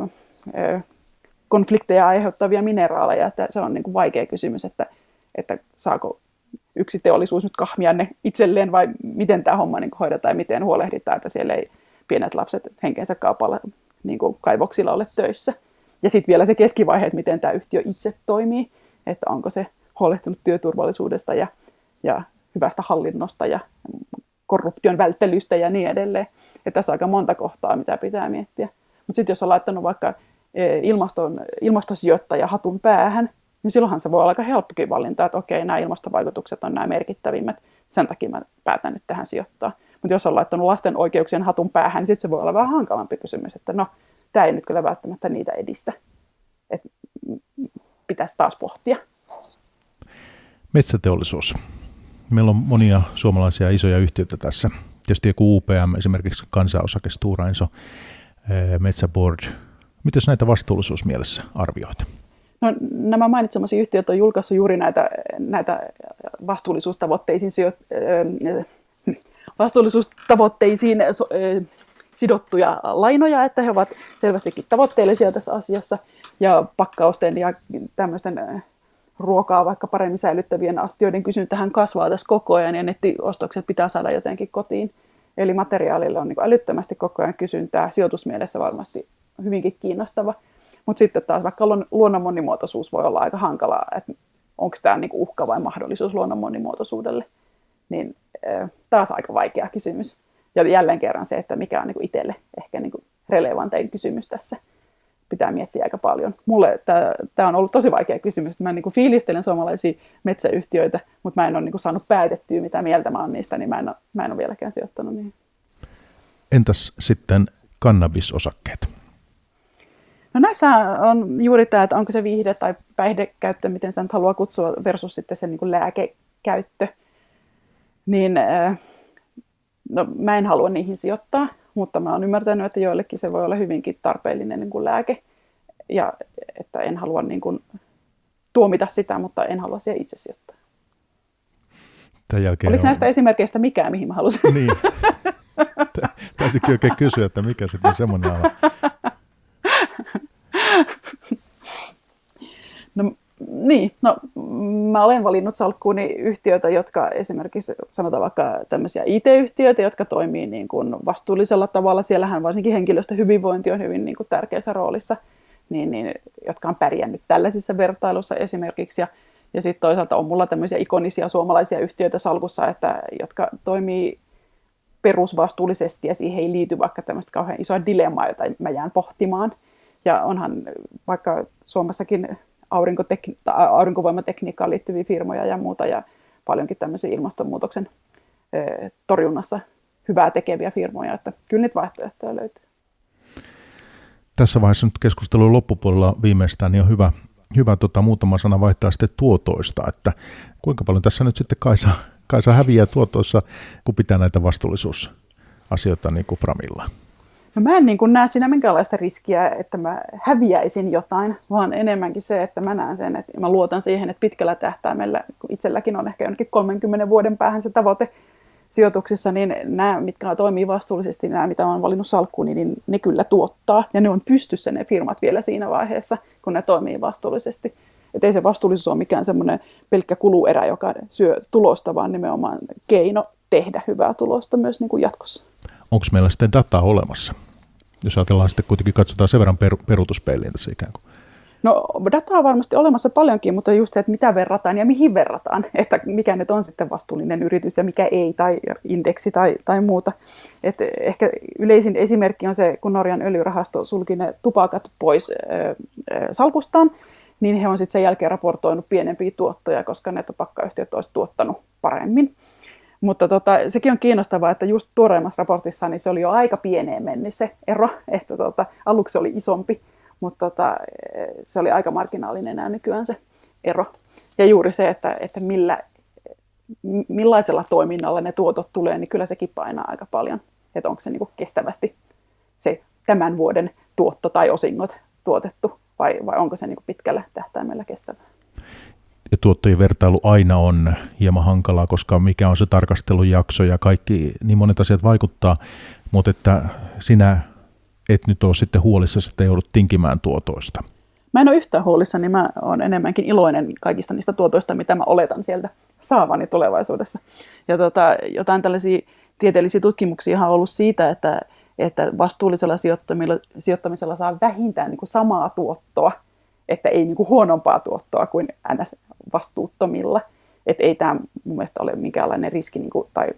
konflikteja aiheuttavia mineraaleja. Että se on niin kuin vaikea kysymys, että, että saako yksi teollisuus nyt kahmia ne itselleen, vai miten tämä homma niin kuin hoidetaan ja miten huolehditaan, että siellä ei pienet lapset henkensä kaupalla niin kuin kaivoksilla ole töissä. Ja sitten vielä se keskivaihe, että miten tämä yhtiö itse toimii, että onko se huolehtinut työturvallisuudesta ja, ja hyvästä hallinnosta ja korruption välttelystä ja niin edelleen. Että tässä on aika monta kohtaa, mitä pitää miettiä. Mutta sitten jos on laittanut vaikka ilmaston, ilmastosijoittaja hatun päähän, niin silloinhan se voi olla aika helppokin valinta, että okei, nämä ilmastovaikutukset on nämä merkittävimmät, sen takia mä päätän nyt tähän sijoittaa. Mutta jos on laittanut lasten oikeuksien hatun päähän, niin sitten se voi olla vähän hankalampi kysymys, että no, tämä ei nyt kyllä välttämättä niitä edistä. että pitäisi taas pohtia. Metsäteollisuus. Meillä on monia suomalaisia isoja yhtiöitä tässä. Tietysti joku U P M, esimerkiksi Kansanosake, Stora Enso, Metsä Board. Miten näitä vastuullisuusmielessä arvioit? No, nämä mainitsemasi yhtiöt on julkaissut juuri näitä, näitä vastuullisuustavoitteisiin, vastuullisuustavoitteisiin sidottuja lainoja, että he ovat selvästikin tavoitteellisia tässä asiassa. Ja pakkausten ja tämmöisten ruokaa vaikka paremmin säilyttävien astioiden kysyntähän kasvaa tässä koko ajan ja nettiostokset pitää saada jotenkin kotiin. Eli materiaalille on niin kuin älyttömästi koko ajan kysyntää, sijoitusmielessä varmasti hyvinkin kiinnostava. Mutta sitten taas vaikka luonnon monimuotoisuus voi olla aika hankalaa, että onko tämä niin kuin uhka vai mahdollisuus luonnon monimuotoisuudelle, niin taas aika vaikea kysymys. Ja jälleen kerran se, että mikä on niin kuin itselle ehkä niin kuin relevantein kysymys tässä. Pitää miettiä aika paljon. Mulle tämä on ollut tosi vaikea kysymys. Mä niin kuin fiilistelen suomalaisia metsäyhtiöitä, mutta mä en ole niin kuin saanut päätettyä, mitä mieltä mä oon niistä, niin mä en ole, mä en ole vieläkään sijoittanut niihin. Entäs sitten kannabisosakkeet? No näissä on juuri tämä, että onko se viihde- tai päihdekäyttö, miten sitä nyt haluaa kutsua, versus sitten se niin kuin lääkekäyttö. Niin no, mä en halua niihin sijoittaa. Mutta mä oon ymmärtänyt, että joillekin se voi olla hyvinkin tarpeellinen niin kuin lääke. Ja että en halua niin kuin tuomita sitä, mutta en halua siihen itse sijoittaa. Oliko on... näistä esimerkkeistä mikään, mihin mä halusin? Niin. Täytyykin oikein kysyä, että mikä sitten semmoinen ala. No niin, no mä olen valinnut salkkuuni yhtiöitä, jotka esimerkiksi sanotaan vaikka tämmöisiä I T-yhtiöitä, jotka toimii niin kuin vastuullisella tavalla. Siellähän varsinkin henkilöstön hyvinvointi on hyvin niin kuin tärkeässä roolissa, niin, niin, jotka on pärjännyt tällaisissa vertailuissa esimerkiksi. Ja, ja sitten toisaalta on mulla tämmöisiä ikonisia suomalaisia yhtiöitä salkussa, että, jotka toimii perusvastuullisesti ja siihen ei liity vaikka tämmöistä kauhean isoa dilemmaa, jota mä jään pohtimaan. Ja onhan vaikka Suomessakin Aurinkotek- aurinkovoimatekniikkaan liittyviä firmoja ja muuta, ja paljonkin tämmöisiä ilmastonmuutoksen e, torjunnassa hyvää tekeviä firmoja, että kyllä niitä vaihtoehtoja löytyy. Tässä vaiheessa nyt keskustelun loppupuolella viimeistään niin on hyvä, hyvä tota, muutama sana vaihtaa sitten tuotoista, että kuinka paljon tässä nyt sitten Kaisa, Kaisa häviää tuotoissa, kun pitää näitä vastuullisuusasioita niin kuin framilla? No mä en niin kuin näe siinä minkäänlaista riskiä, että mä häviäisin jotain, vaan enemmänkin se, että mä näen sen, että mä luotan siihen, että pitkällä tähtäimellä, kun itselläkin on ehkä jonnekin kolmenkymmenen vuoden päähän se tavoite sijoituksissa, niin nämä, mitkä toimii vastuullisesti, nämä, mitä mä oon valinnut salkkuun, niin ne kyllä tuottaa. Ja ne on pystyssä ne firmat vielä siinä vaiheessa, kun ne toimii vastuullisesti. Että ei se vastuullisuus ole mikään semmoinen pelkkä kuluerä, joka syö tulosta, vaan nimenomaan keino tehdä hyvää tulosta myös niin kuin jatkossa. Onko meillä sitten dataa olemassa? Jos ajatellaan sitten kuitenkin, katsotaan sen verran per, peruutuspeiliin tässä ikään kuin. No dataa on varmasti olemassa paljonkin, mutta just se, että mitä verrataan ja mihin verrataan. Että mikä nyt on sitten vastuullinen yritys ja mikä ei, tai indeksi tai, tai muuta. Et ehkä yleisin esimerkki on se, kun Norjan öljyrahasto sulki ne tupakat pois äh, salkustaan, niin he on sitten sen jälkeen raportoinut pienempiä tuottoja, koska ne tupakkayhtiöt olisivat tuottanut paremmin. Mutta tota, sekin on kiinnostavaa, että just tuoreimmassa raportissa niin se oli jo aika pieneen mennyt se ero, että tota, aluksi se oli isompi, mutta tota, se oli aika marginaalinen enää nykyään se ero. Ja juuri se, että, että millä, millaisella toiminnalla ne tuotot tulee, niin kyllä sekin painaa aika paljon, että onko se niin kuin kestävästi se tämän vuoden tuotto tai osingot tuotettu vai, vai onko se niin kuin pitkällä tähtäimellä kestävää. Ja tuottojen vertailu aina on hieman hankalaa, koska mikä on se tarkastelujakso ja kaikki, niin monet asiat vaikuttaa, mutta että sinä et nyt ole sitten huolissasi, että joudut tinkimään tuotoista. Mä en ole yhtään huolissani, mä oon enemmänkin iloinen kaikista niistä tuotoista, mitä mä oletan sieltä saavani tulevaisuudessa. Ja tota, jotain tällaisia tieteellisiä tutkimuksia on ollut siitä, että, että vastuullisella sijoittamisella saa vähintään niin kuin samaa tuottoa, että ei niin kuin huonompaa tuottoa kuin ns. Vastuuttomilla. Että ei tämä mun mielestä ole minkäänlainen riski, niin kuin, tai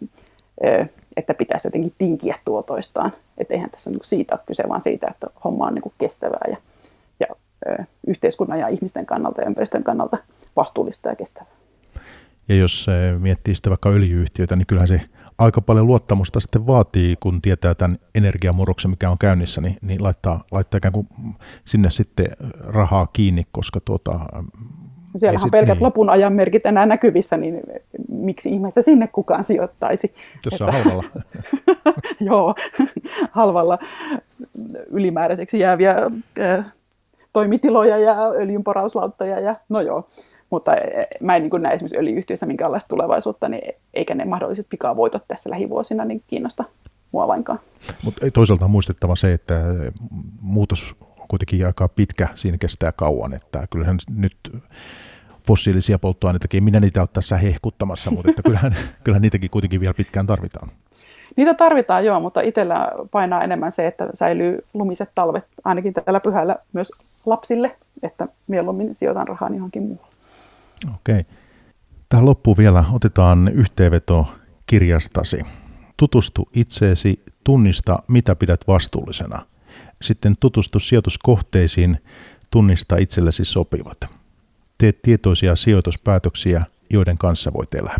että pitäisi jotenkin tinkiä tuotoistaan. Että eihän tässä niin kuin siitä ole kyse, vaan siitä, että homma on niin kuin kestävää ja, ja ö, yhteiskunnan ja ihmisten kannalta ja ympäristön kannalta vastuullista ja kestävää. Ja jos miettii sitten vaikka öljy-yhtiöitä, niin kyllähän se aika paljon luottamusta sitten vaatii, kun tietää tämän energiamurroksen, mikä on käynnissä, niin, niin laittaa, laittaa ikään kuin sinne sitten rahaa kiinni, koska tuota... Siellähän on pelkät niin. lopun ajan merkit enää näkyvissä, niin miksi ihmeessä sinne kukaan sijoittaisi? Tuossa on halvalla. Joo, halvalla ylimääräiseksi jääviä äh, toimitiloja ja öljynporauslauttoja ja no joo. Mutta mä en niin näe esimerkiksi öljy-yhtiöissä minkäänlaista tulevaisuutta, niin eikä ne mahdolliset pikavoitot tässä lähivuosina niin kiinnosta mua lainkaan. Mutta toisaalta on muistettava se, että muutos on kuitenkin aika pitkä, siinä kestää kauan. Että kyllähän nyt fossiilisia polttoaineitakin, minä niitä ole tässä hehkuttamassa, mutta että kyllähän, kyllähän niitäkin kuitenkin vielä pitkään tarvitaan. Niitä tarvitaan joo, mutta itsellä painaa enemmän se, että säilyy lumiset talvet ainakin tällä pyhällä myös lapsille, että mieluummin sijoitan rahaa johonkin muuhun. Okei. Tähän loppuun vielä otetaan yhteenveto kirjastasi. Tutustu itseesi, tunnista mitä pidät vastuullisena. Sitten tutustu sijoituskohteisiin, tunnista itsellesi sopivat. Tee tietoisia sijoituspäätöksiä, joiden kanssa voit elää.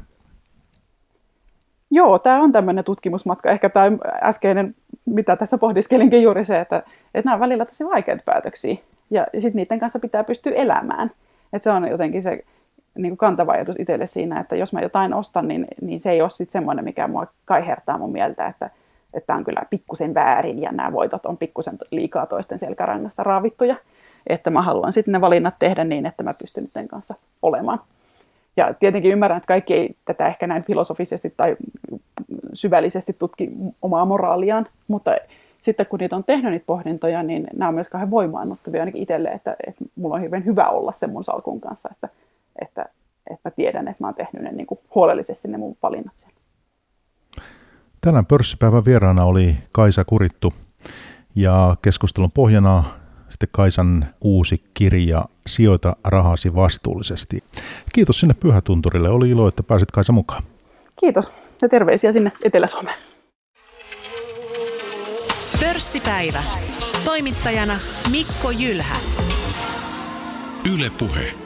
Joo, tämä on tämmöinen tutkimusmatka. Ehkä tämä äskeinen, mitä tässä pohdiskelinkin juuri se, että, että nämä on välillä tosi vaikeita päätöksiä. Ja sitten niiden kanssa pitää pystyä elämään. Että se on jotenkin se niin kuin kantava ajatus itselle siinä, että jos mä jotain ostan, niin, niin se ei ole sitten semmoinen, mikä mua kaihertaa mun mieltä, että tämä on kyllä pikkusen väärin ja nämä voitot on pikkusen liikaa toisten selkärangasta raavittuja. Että mä haluan sitten ne valinnat tehdä niin, että mä pystyn niiden kanssa olemaan. Ja tietenkin ymmärrän, että kaikki ei tätä ehkä näin filosofisesti tai syvällisesti tutki omaa moraaliaan, mutta sitten kun niitä on tehnyt niitä pohdintoja, niin nämä on myös kauhean voimaannuttavia ainakin itselle, että, että mulla on hirveän hyvä olla sen mun salkun kanssa, että, että, että mä tiedän, että mä oon tehnyt ne niin kuin huolellisesti ne mun valinnat siellä. Tänään pörssipäivän vieraana oli Kaisa Kurittu ja keskustelun pohjana sitten Kaisan uusi kirja Sijoita rahasi vastuullisesti. Kiitos sinne Pyhätunturille. Oli ilo, että pääsit Kaisa mukaan. Kiitos ja terveisiä sinne Etelä-Suomeen. Pörssipäivä. Toimittajana Mikko Jylhä. Yle Puhe.